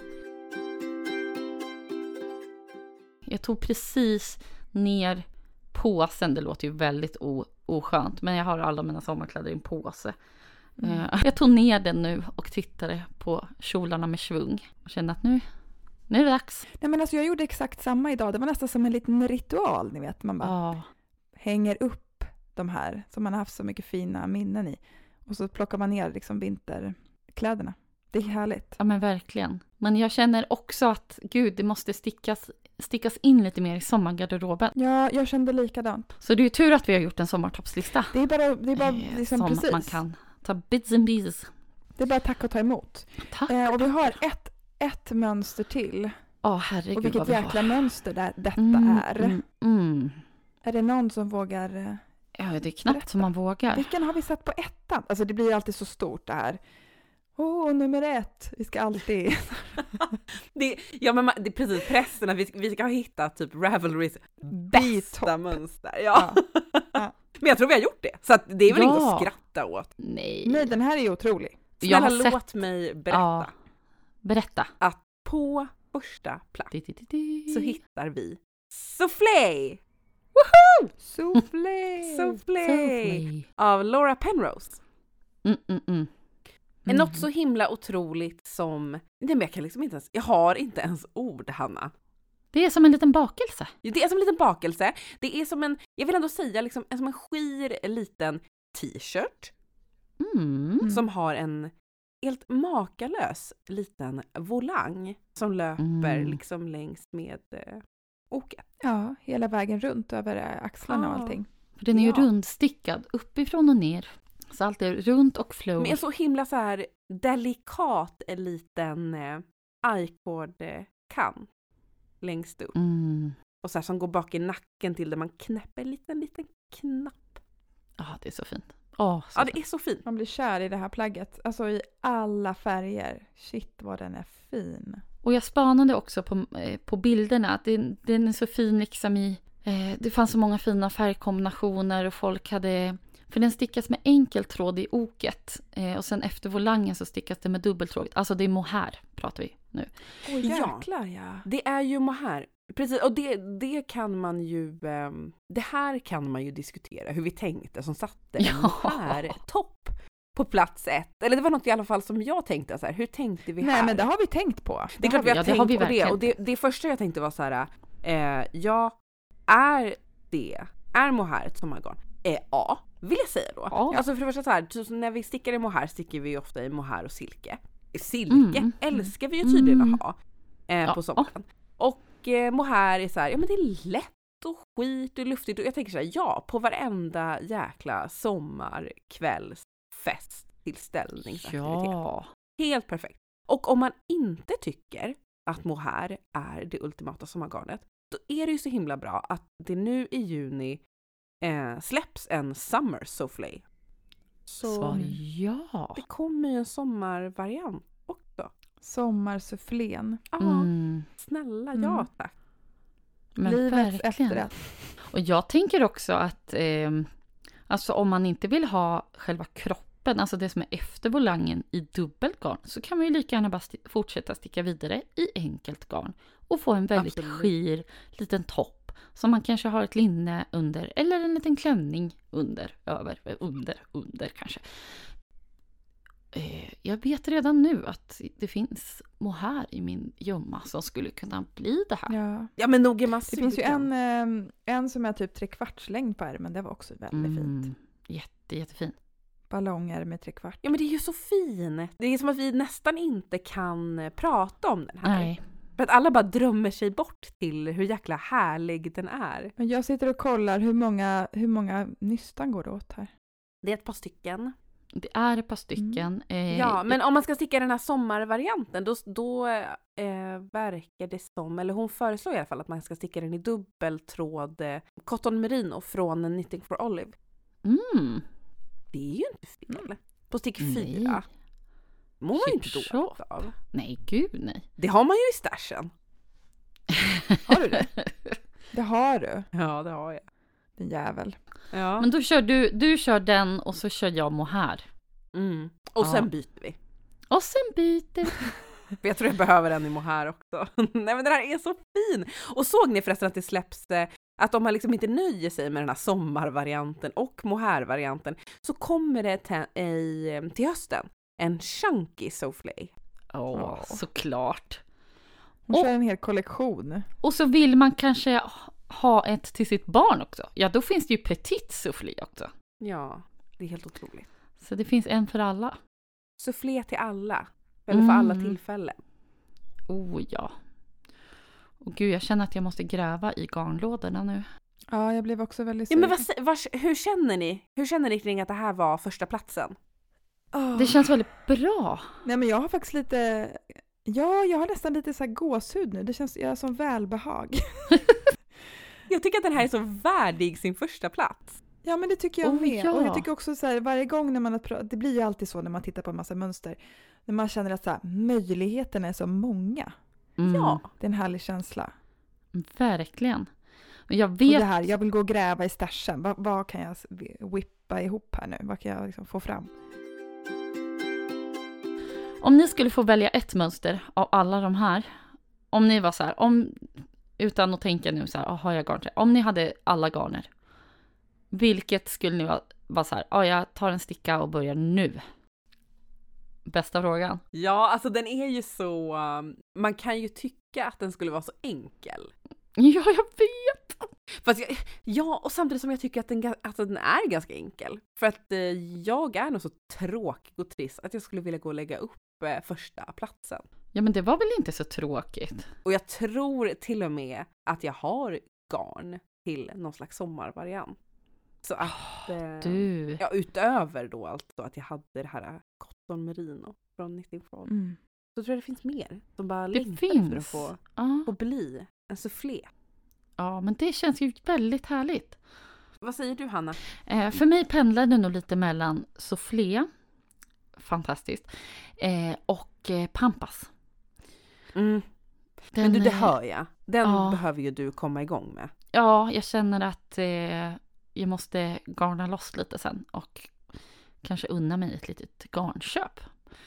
Speaker 3: Jag tog precis ner påsen. Det låter ju väldigt o- oskönt. Men jag har alla mina sommarkläder i en påse. Mm. Jag tog ner den nu och tittade på kjolarna med svung. Och kände att nu, nu är det dags.
Speaker 1: Nej, men alltså jag gjorde exakt samma idag. Det var nästan som en liten ritual, ni vet. Man bara
Speaker 3: ja.
Speaker 1: hänger upp de här som man har haft så mycket fina minnen i. Och så plockar man ner liksom vinterkläderna. Det är härligt.
Speaker 3: Ja, men verkligen. Men jag känner också att, gud, det måste stickas, stickas in lite mer i sommargarderoben.
Speaker 1: Ja, jag kände likadant.
Speaker 3: Så det är ju tur att vi har gjort en sommartoppslista.
Speaker 1: Det är bara, det är bara eh, liksom
Speaker 3: som
Speaker 1: precis.
Speaker 3: man kan ta bits and pieces.
Speaker 1: Det är bara tack och ta emot.
Speaker 3: Tack.
Speaker 1: Eh, och vi har ett, ett mönster till.
Speaker 3: Ja, oh, herregud.
Speaker 1: Och vilket jäkla
Speaker 3: har.
Speaker 1: mönster där, detta
Speaker 3: mm,
Speaker 1: är.
Speaker 3: Mm, mm.
Speaker 1: Är det någon som vågar
Speaker 3: Ja, det är knappt
Speaker 1: Berätta.
Speaker 3: som man vågar.
Speaker 1: Vilken har vi satt på ettan? Alltså det blir alltid så stort det här. Åh, oh, nummer ett. Vi ska alltid...
Speaker 2: det, ja, men man, det är precis pressen att vi, vi ska hitta typ Ravelrys bästa mönster. Ja.
Speaker 1: Ja. Ja.
Speaker 2: Men jag tror vi har gjort det. Så att det är väl
Speaker 3: Ja.
Speaker 2: inget att skratta åt.
Speaker 3: Nej.
Speaker 1: Nej, den här är ju otrolig.
Speaker 2: Snälla,
Speaker 3: har sett-
Speaker 2: låt mig berätta.
Speaker 3: Ja. Berätta.
Speaker 2: Att på första plats
Speaker 3: Di, di, di, di.
Speaker 2: så hittar vi Soufflé!
Speaker 1: Soufflé!
Speaker 2: Soufflé!
Speaker 3: Soufflé.
Speaker 2: Av Laura Penrose.
Speaker 3: Mm, mm, mm.
Speaker 2: Mm. Något så himla otroligt som... Nej, men jag kan liksom inte ens... Jag har inte ens ord, Hanna.
Speaker 3: Det är som en liten bakelse.
Speaker 2: Det är som en liten bakelse. Det är som en... Jag vill ändå säga liksom, en, som en skir liten t-shirt.
Speaker 3: Mm.
Speaker 1: Mm.
Speaker 2: Som har en helt makalös liten volang. Som löper
Speaker 3: Mm.
Speaker 2: liksom längs med eh, oket.
Speaker 1: Ja, hela vägen runt över äh, axlarna och
Speaker 2: Ah.
Speaker 1: allting.
Speaker 3: För den är ju
Speaker 2: Ja.
Speaker 3: rundstickad uppifrån och ner. Så allt är runt och flow.
Speaker 2: Men en så himla så här delikat liten eh, i-cord-kant längst upp.
Speaker 3: Mm.
Speaker 2: Och så här som går bak i nacken till där man knäpper en liten, liten knapp.
Speaker 3: Ja, det är så fint. Åh, så
Speaker 2: Ja,
Speaker 3: fint.
Speaker 2: det är så fint.
Speaker 1: Man blir kär i det här plagget. Alltså i alla färger. Shit vad den är fin.
Speaker 3: Och jag spanade också på, eh, på bilderna att den, den är så fin liksom i... Eh, det fanns så många fina färgkombinationer och folk hade... För den stickas med enkel tråd i oket. Eh, och sen efter volangen så stickas det med dubbeltråd. Alltså det är mohair pratar vi nu.
Speaker 1: Åh
Speaker 2: Ja.
Speaker 1: jäklar ja.
Speaker 2: Det är ju mohair. Precis, och det, det kan man ju... ehm, det här kan man ju diskutera hur vi tänkte som satte en
Speaker 3: Ja.
Speaker 2: mohair-topp på plats ett. Eller det var något i alla fall som jag tänkte så här. Hur tänkte vi här?
Speaker 1: Nej men det har vi tänkt på.
Speaker 2: Det är klart vi har
Speaker 3: Ja, det
Speaker 2: tänkt
Speaker 3: har vi
Speaker 2: på det.
Speaker 3: verkligen.
Speaker 2: Och det, det första jag tänkte var så här, eh, ja, är det, är mohair ett sommargarn? Eh, ja, vill jag säga då.
Speaker 3: Ja.
Speaker 2: Alltså för det första så här, typ som när vi stickar i mohair stickar vi ju ofta i mohair och silke. Silke
Speaker 3: Mm.
Speaker 2: älskar vi ju tydligen
Speaker 3: Mm.
Speaker 2: att ha eh,
Speaker 3: Ja.
Speaker 2: på sommaren. Och eh, mohair är så här, ja men det är lätt och skit och luftigt. Och jag tänker så här, ja, på varenda jäkla sommarkvällsfesttillställningsaktivitet.
Speaker 3: Ja.
Speaker 2: Helt perfekt. Och om man inte tycker att mohair är det ultimata sommargarnet, då är det ju så himla bra att det nu i juni eh, släpps en Summer Soufflé. Så
Speaker 3: Svar ja.
Speaker 2: det kommer ju en sommarvariant också.
Speaker 1: Sommarsufflén.
Speaker 2: Ja,
Speaker 3: Mm.
Speaker 2: snälla,
Speaker 1: Mm.
Speaker 2: ja tack.
Speaker 3: Men
Speaker 1: Livets
Speaker 3: verkligen.
Speaker 1: efterrätt.
Speaker 3: Och jag tänker också att eh, alltså om man inte vill ha själva kroppen, alltså det som är efter volangen i dubbelt garn, så kan man ju lika gärna bara sti- fortsätta sticka vidare i enkelt garn och få en väldigt
Speaker 2: Absolut.
Speaker 3: skir liten topp som man kanske har ett linne under eller en liten klänning under, över, under, under kanske. Eh, jag vet redan nu att det finns mohair i min gömma som skulle kunna bli det här.
Speaker 1: Ja.
Speaker 2: Ja, men nog är man
Speaker 1: Det finns ju
Speaker 2: sugen.
Speaker 1: en, eh, en som är typ tre kvarts längd på ärmen. Det var också väldigt fint.
Speaker 3: Mm, jätte, jättefin.
Speaker 1: Ballonger med tre kvart.
Speaker 2: Ja, men det är ju så fin. Det är som att vi nästan inte kan prata om den här.
Speaker 3: Nej.
Speaker 2: För att alla bara drömmer sig bort till hur jäkla härlig den är.
Speaker 1: Men jag sitter och kollar hur många, hur många nystan går det åt här.
Speaker 2: Det är ett par stycken.
Speaker 3: Det är ett par stycken. Eh,
Speaker 2: Ja, men om man ska sticka den här sommarvarianten då, då eh, verkar det som, eller hon föreslår i alla fall att man ska sticka den i dubbeltråd eh, cotton merino från Knitting for Olive.
Speaker 3: Mm,
Speaker 2: Det är ju inte fel.
Speaker 1: Mm.
Speaker 2: På stick
Speaker 3: Nej.
Speaker 2: fyra. Mår man ju inte
Speaker 3: Chip
Speaker 2: dåligt
Speaker 3: shop.
Speaker 2: av.
Speaker 3: nej, gud nej.
Speaker 2: Det har man ju i stashen.
Speaker 1: Har du det? Det har du,
Speaker 2: Ja, det har jag.
Speaker 1: din jävel.
Speaker 2: Ja.
Speaker 3: Men då kör du, du kör den och så kör jag mohair.
Speaker 2: Mm. Och
Speaker 3: Ja.
Speaker 2: sen byter vi.
Speaker 3: Och sen byter vi.
Speaker 2: För jag tror jag behöver en i mohair också. Nej, men den här är så fin. Och såg ni förresten att det släpps, eh, att om man liksom inte nöjer sig med den här sommarvarianten och mohair-varianten så kommer det te- i, till hösten en chunky soufflé.
Speaker 3: Åh,
Speaker 1: Ja.
Speaker 3: såklart.
Speaker 1: Hon
Speaker 3: Och-
Speaker 1: kör en hel kollektion.
Speaker 3: Och så vill man kanske ha ett till sitt barn också. Ja, då finns det ju petit soufflé också.
Speaker 2: Ja, det är helt otroligt.
Speaker 3: Så det finns en för alla.
Speaker 2: Soufflé till alla. Eller för alla
Speaker 3: Mm.
Speaker 2: tillfällen.
Speaker 3: Oh ja. Och gud, jag känner att jag måste gräva i garnlådorna nu.
Speaker 1: Ja, jag blev också väldigt
Speaker 2: Ja,
Speaker 1: sugen.
Speaker 2: men vad, sä- vars, hur känner ni? Hur känner ni kring att det här var första platsen?
Speaker 1: Åh.
Speaker 3: Det känns väldigt bra.
Speaker 1: Nej, men jag har faktiskt lite... Ja, jag har nästan lite så här gåshud nu. Det känns jag som välbehag.
Speaker 2: Jag tycker att den här är så värdig sin första plats.
Speaker 1: Ja, men det tycker jag
Speaker 3: Oh,
Speaker 1: med.
Speaker 3: ja.
Speaker 1: Och jag tycker också så här, varje gång när man har pra- det blir ju alltid så när man tittar på en massa mönster. När man känner att så här, möjligheterna är så många.
Speaker 3: Mm.
Speaker 2: Ja.
Speaker 1: Det är en härlig känsla.
Speaker 3: Verkligen. Och jag
Speaker 1: Och
Speaker 3: vet...
Speaker 1: det här, jag vill gå och gräva i stashen. Vad, vad kan jag whippa ihop här nu? Vad kan jag liksom få fram?
Speaker 3: Om ni skulle få välja ett mönster av alla de här. Om ni var så här, om, utan att tänka nu så här, har jag garn till? Om ni hade alla garner. Vilket skulle ni vara, vara så här, ja jag tar en sticka och börjar nu. Bästa frågan.
Speaker 2: Ja, alltså den är ju så... um, Man kan ju tycka att den skulle vara så enkel.
Speaker 3: Ja, jag vet.
Speaker 2: Fast jag, ja, och samtidigt som jag tycker att den, ga- att den är ganska enkel. För att eh, jag är nog så tråkig och trist att jag skulle vilja gå och lägga upp eh, första platsen.
Speaker 3: Ja, men det var väl inte så tråkigt?
Speaker 2: Och jag tror till och med att jag har garn till någon slags sommarvariant. Så att... Eh,
Speaker 3: Du.
Speaker 2: Ja, utöver då alltså att jag hade det här cotton merino från Knitting Frog.
Speaker 1: Mm.
Speaker 2: Så tror jag det finns mer som bara
Speaker 3: Det
Speaker 2: längtar efter att
Speaker 3: finns.
Speaker 2: få,
Speaker 3: Ja.
Speaker 2: få bli en soufflé.
Speaker 3: Ja, men det känns ju väldigt härligt.
Speaker 2: Vad säger du, Hanna?
Speaker 3: Eh, för mig pendlar det nog lite mellan soufflé, fantastiskt, eh, och eh, pampas.
Speaker 2: Mm.
Speaker 3: Den,
Speaker 2: Men du, det
Speaker 3: eh,
Speaker 2: hör jag. Den
Speaker 3: ja.
Speaker 2: behöver ju du komma igång med.
Speaker 3: Ja, jag känner att eh, jag måste garna loss lite sen och kanske unna mig ett litet garnköp.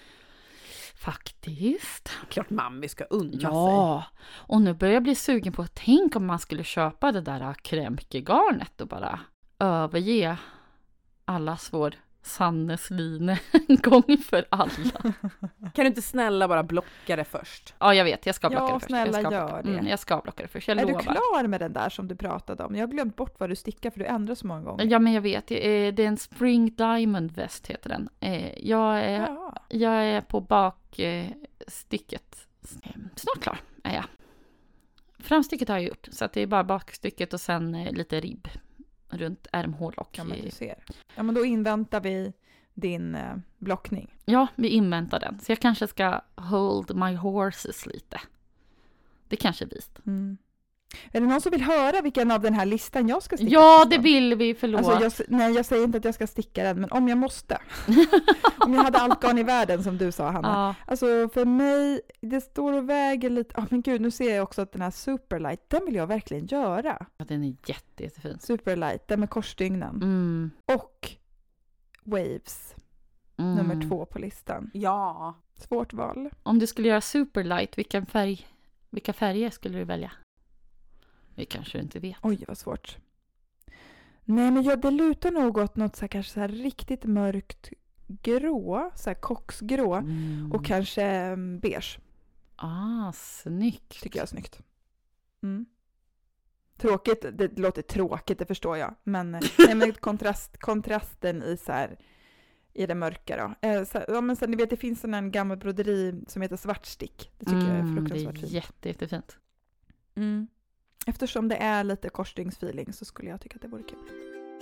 Speaker 3: Faktiskt.
Speaker 2: Klart mammi ska unna sig.
Speaker 3: Ja, och nu börjar jag bli sugen på att tänk om man skulle köpa det där krämkegarnet och bara överge allas vår Sannesline en gång för alla.
Speaker 2: Kan du inte snälla bara blocka det först?
Speaker 3: Ja, jag vet. Jag ska blocka
Speaker 1: Ja,
Speaker 3: det först.
Speaker 1: snälla,
Speaker 3: jag ska
Speaker 1: gör
Speaker 3: blocka.
Speaker 1: det.
Speaker 3: Mm, jag ska blocka det först. Jag
Speaker 1: Är
Speaker 3: lovar.
Speaker 1: du klar med den där som du pratade om? Jag har glömt bort vad du stickar för du ändrar så många gånger.
Speaker 3: Ja, men jag vet. Det är, det är en Spring Diamond Vest heter den. Eh, Jag är,
Speaker 1: Ja.
Speaker 3: jag är på bakstycket. Snart klar är jag. Framstycket har jag gjort. Så att det är bara bakstycket och sen eh, lite ribb runt ärmhål och...
Speaker 1: Ja, men du ser. Ja, men då inväntar vi din eh, blockning.
Speaker 3: Ja, vi inväntar den. Så jag kanske ska hold my horses lite. Det kanske är vist.
Speaker 1: Mm. Är det någon som vill höra vilken av den här listan jag ska sticka?
Speaker 3: Ja,
Speaker 1: nästa
Speaker 3: det
Speaker 1: gång?
Speaker 3: vill vi, förlåt.
Speaker 1: Alltså, jag, nej, jag säger inte att jag ska sticka den, men om jag måste. Om jag hade allt garn i världen, som du sa, Hanna.
Speaker 3: Ja,
Speaker 1: Alltså för mig, det står och väger lite. Ja, men gud, nu ser jag också att den här Superlight, den vill jag verkligen göra.
Speaker 3: den är jätte, jättefin.
Speaker 1: Superlight, den med korsstygnen.
Speaker 3: Mm.
Speaker 1: Och Waves,
Speaker 3: Mm.
Speaker 1: nummer två på listan.
Speaker 2: Ja.
Speaker 1: Svårt val.
Speaker 3: Om du skulle göra Superlight, vilken färg, vilka färger skulle du välja? Vi kanske inte vet.
Speaker 1: Oj, vad svårt. Nej, men jag, det lutar nog åt något så här, kanske så här riktigt mörkt grå, så här koksgrå.
Speaker 3: Mm.
Speaker 1: Och kanske mm, beige,
Speaker 3: Ah, snyggt.
Speaker 1: tycker jag är snyggt. Mm. Tråkigt, det låter tråkigt, det förstår jag. Men, nej, men kontrast, kontrasten i så här, i det mörka då. Eh, så, ja, men sen, ni vet, det finns en gammal broderi som heter Svartstick. Det tycker jag är
Speaker 3: Mm, det
Speaker 1: fruktansvärt
Speaker 3: är
Speaker 1: fint.
Speaker 3: jätte, jättefint.
Speaker 1: Mm. Eftersom det är lite korsstygnsfeeling så skulle jag tycka att det vore kul.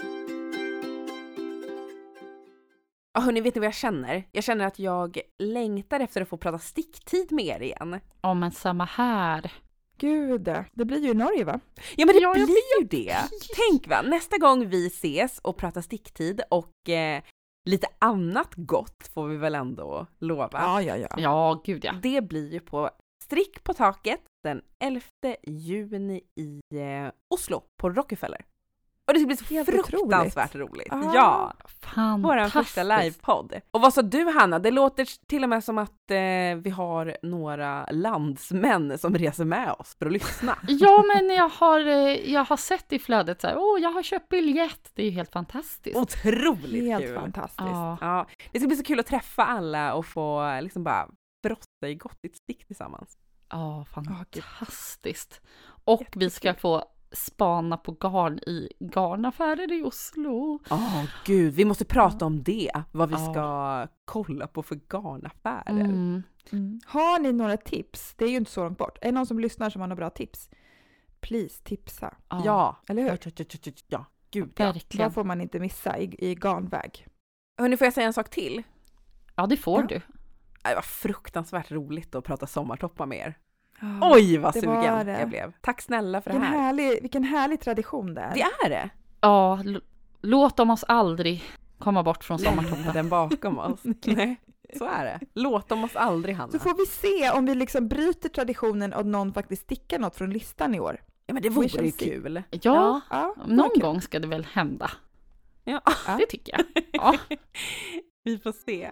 Speaker 2: Ja, hörni, vet ni vad jag känner? Jag känner att jag längtar efter att få prata sticktid med er igen.
Speaker 3: Ja, men samma här.
Speaker 1: Gud, det blir ju i Norge, va?
Speaker 2: Ja, men det
Speaker 3: Ja, jag
Speaker 2: blir ju det. Tänk va, nästa gång vi ses och pratar sticktid och eh, lite annat gott får vi väl ändå lova.
Speaker 1: Ja, ja, ja.
Speaker 3: Ja, gud ja.
Speaker 2: Det blir ju på Strick på taket den elfte juni i eh, Oslo på Rockefeller. Och det ska bli så
Speaker 1: Helt
Speaker 2: fruktansvärt roligt.
Speaker 1: Ah.
Speaker 2: Ja,
Speaker 3: Fantastiskt.
Speaker 2: vår första livepodd. Och vad sa du, Hanna? Det låter till och med som att eh, vi har några landsmän som reser med oss för att lyssna.
Speaker 3: Ja, men jag har, eh, jag har sett i flödet så här, åh, jag har köpt biljett. Det är ju helt fantastiskt.
Speaker 2: Otroligt
Speaker 1: Helt
Speaker 2: kul.
Speaker 1: fantastiskt.
Speaker 3: Ja.
Speaker 2: Ja, det ska bli så kul att träffa alla och få liksom bara frossa i gottigt stick tillsammans.
Speaker 3: Ja,
Speaker 1: gud.
Speaker 3: fantastiskt. Och vi ska få spana på garn i garnaffärer i Oslo.
Speaker 2: Ja, oh, gud, vi måste prata om det. Vad vi
Speaker 3: Ja.
Speaker 2: ska kolla på för garnaffärer.
Speaker 3: Mm.
Speaker 1: Mm. Har ni några tips? Det är ju inte så långt bort. Är det någon som lyssnar som har några bra tips? Please, tipsa.
Speaker 3: Ja,
Speaker 2: Ja,
Speaker 1: Eller hur?
Speaker 2: ja, ja, ja, ja, ja. Gud, ja.
Speaker 3: verkligen.
Speaker 1: Vad får man inte missa i, i garnväg?
Speaker 2: Hörrni, får jag säga en sak till?
Speaker 3: Ja, det får
Speaker 1: Ja.
Speaker 3: du.
Speaker 2: Det var fruktansvärt roligt att prata sommartoppa med er.
Speaker 1: Oh,
Speaker 2: Oj, vad
Speaker 1: det
Speaker 2: sugen
Speaker 1: var det.
Speaker 2: jag blev. Tack snälla för
Speaker 1: vilken,
Speaker 2: det här.
Speaker 1: härlig, vilken härlig tradition det är.
Speaker 2: Det är det.
Speaker 3: Ja, l- låt dem oss aldrig komma bort från
Speaker 2: Lämna
Speaker 3: sommartoppen.
Speaker 2: den bakom oss. Nej, så är det. Låt dem oss aldrig, Hanna.
Speaker 1: Så får vi se om vi liksom bryter traditionen och någon faktiskt stickar något från listan i år.
Speaker 2: Ja, men det
Speaker 1: We
Speaker 2: vore
Speaker 1: shall
Speaker 2: ju
Speaker 1: see.
Speaker 2: kul.
Speaker 3: Ja,
Speaker 1: Ja,
Speaker 3: någon
Speaker 1: okej.
Speaker 3: gång ska det väl hända.
Speaker 2: Ja.
Speaker 3: Det tycker jag. Ja.
Speaker 2: Vi får se.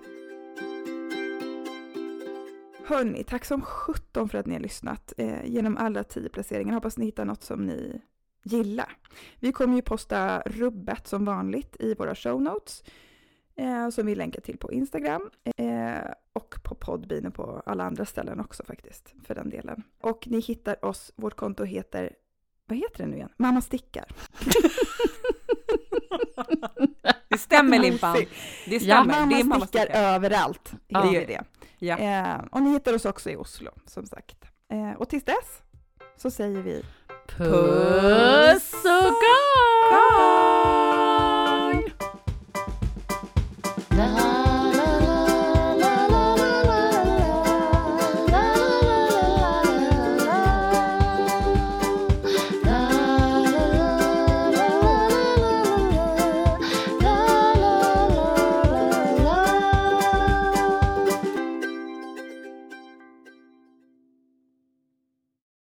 Speaker 1: Hörni, tack som sjutton för att ni har lyssnat eh, genom alla tio placeringar. Hoppas ni hittar något som ni gillar. Vi kommer ju posta rubbet som vanligt i våra show notes. Eh, som vi länkar till på Instagram. Eh, och på Podbean och på alla andra ställen också faktiskt. För den delen. Och ni hittar oss, vårt konto heter, vad heter det nu igen? Mamma stickar.
Speaker 2: Det stämmer, Limpan. Det stämmer.
Speaker 1: Mamma,
Speaker 2: det är mamma
Speaker 1: stickar
Speaker 2: stickar.
Speaker 1: överallt.
Speaker 3: Ja.
Speaker 1: Det är det.
Speaker 2: Ja.
Speaker 1: Eh, och ni hittar oss också i Oslo, som sagt. Eh, och tills dess så säger vi
Speaker 3: Puss och gott!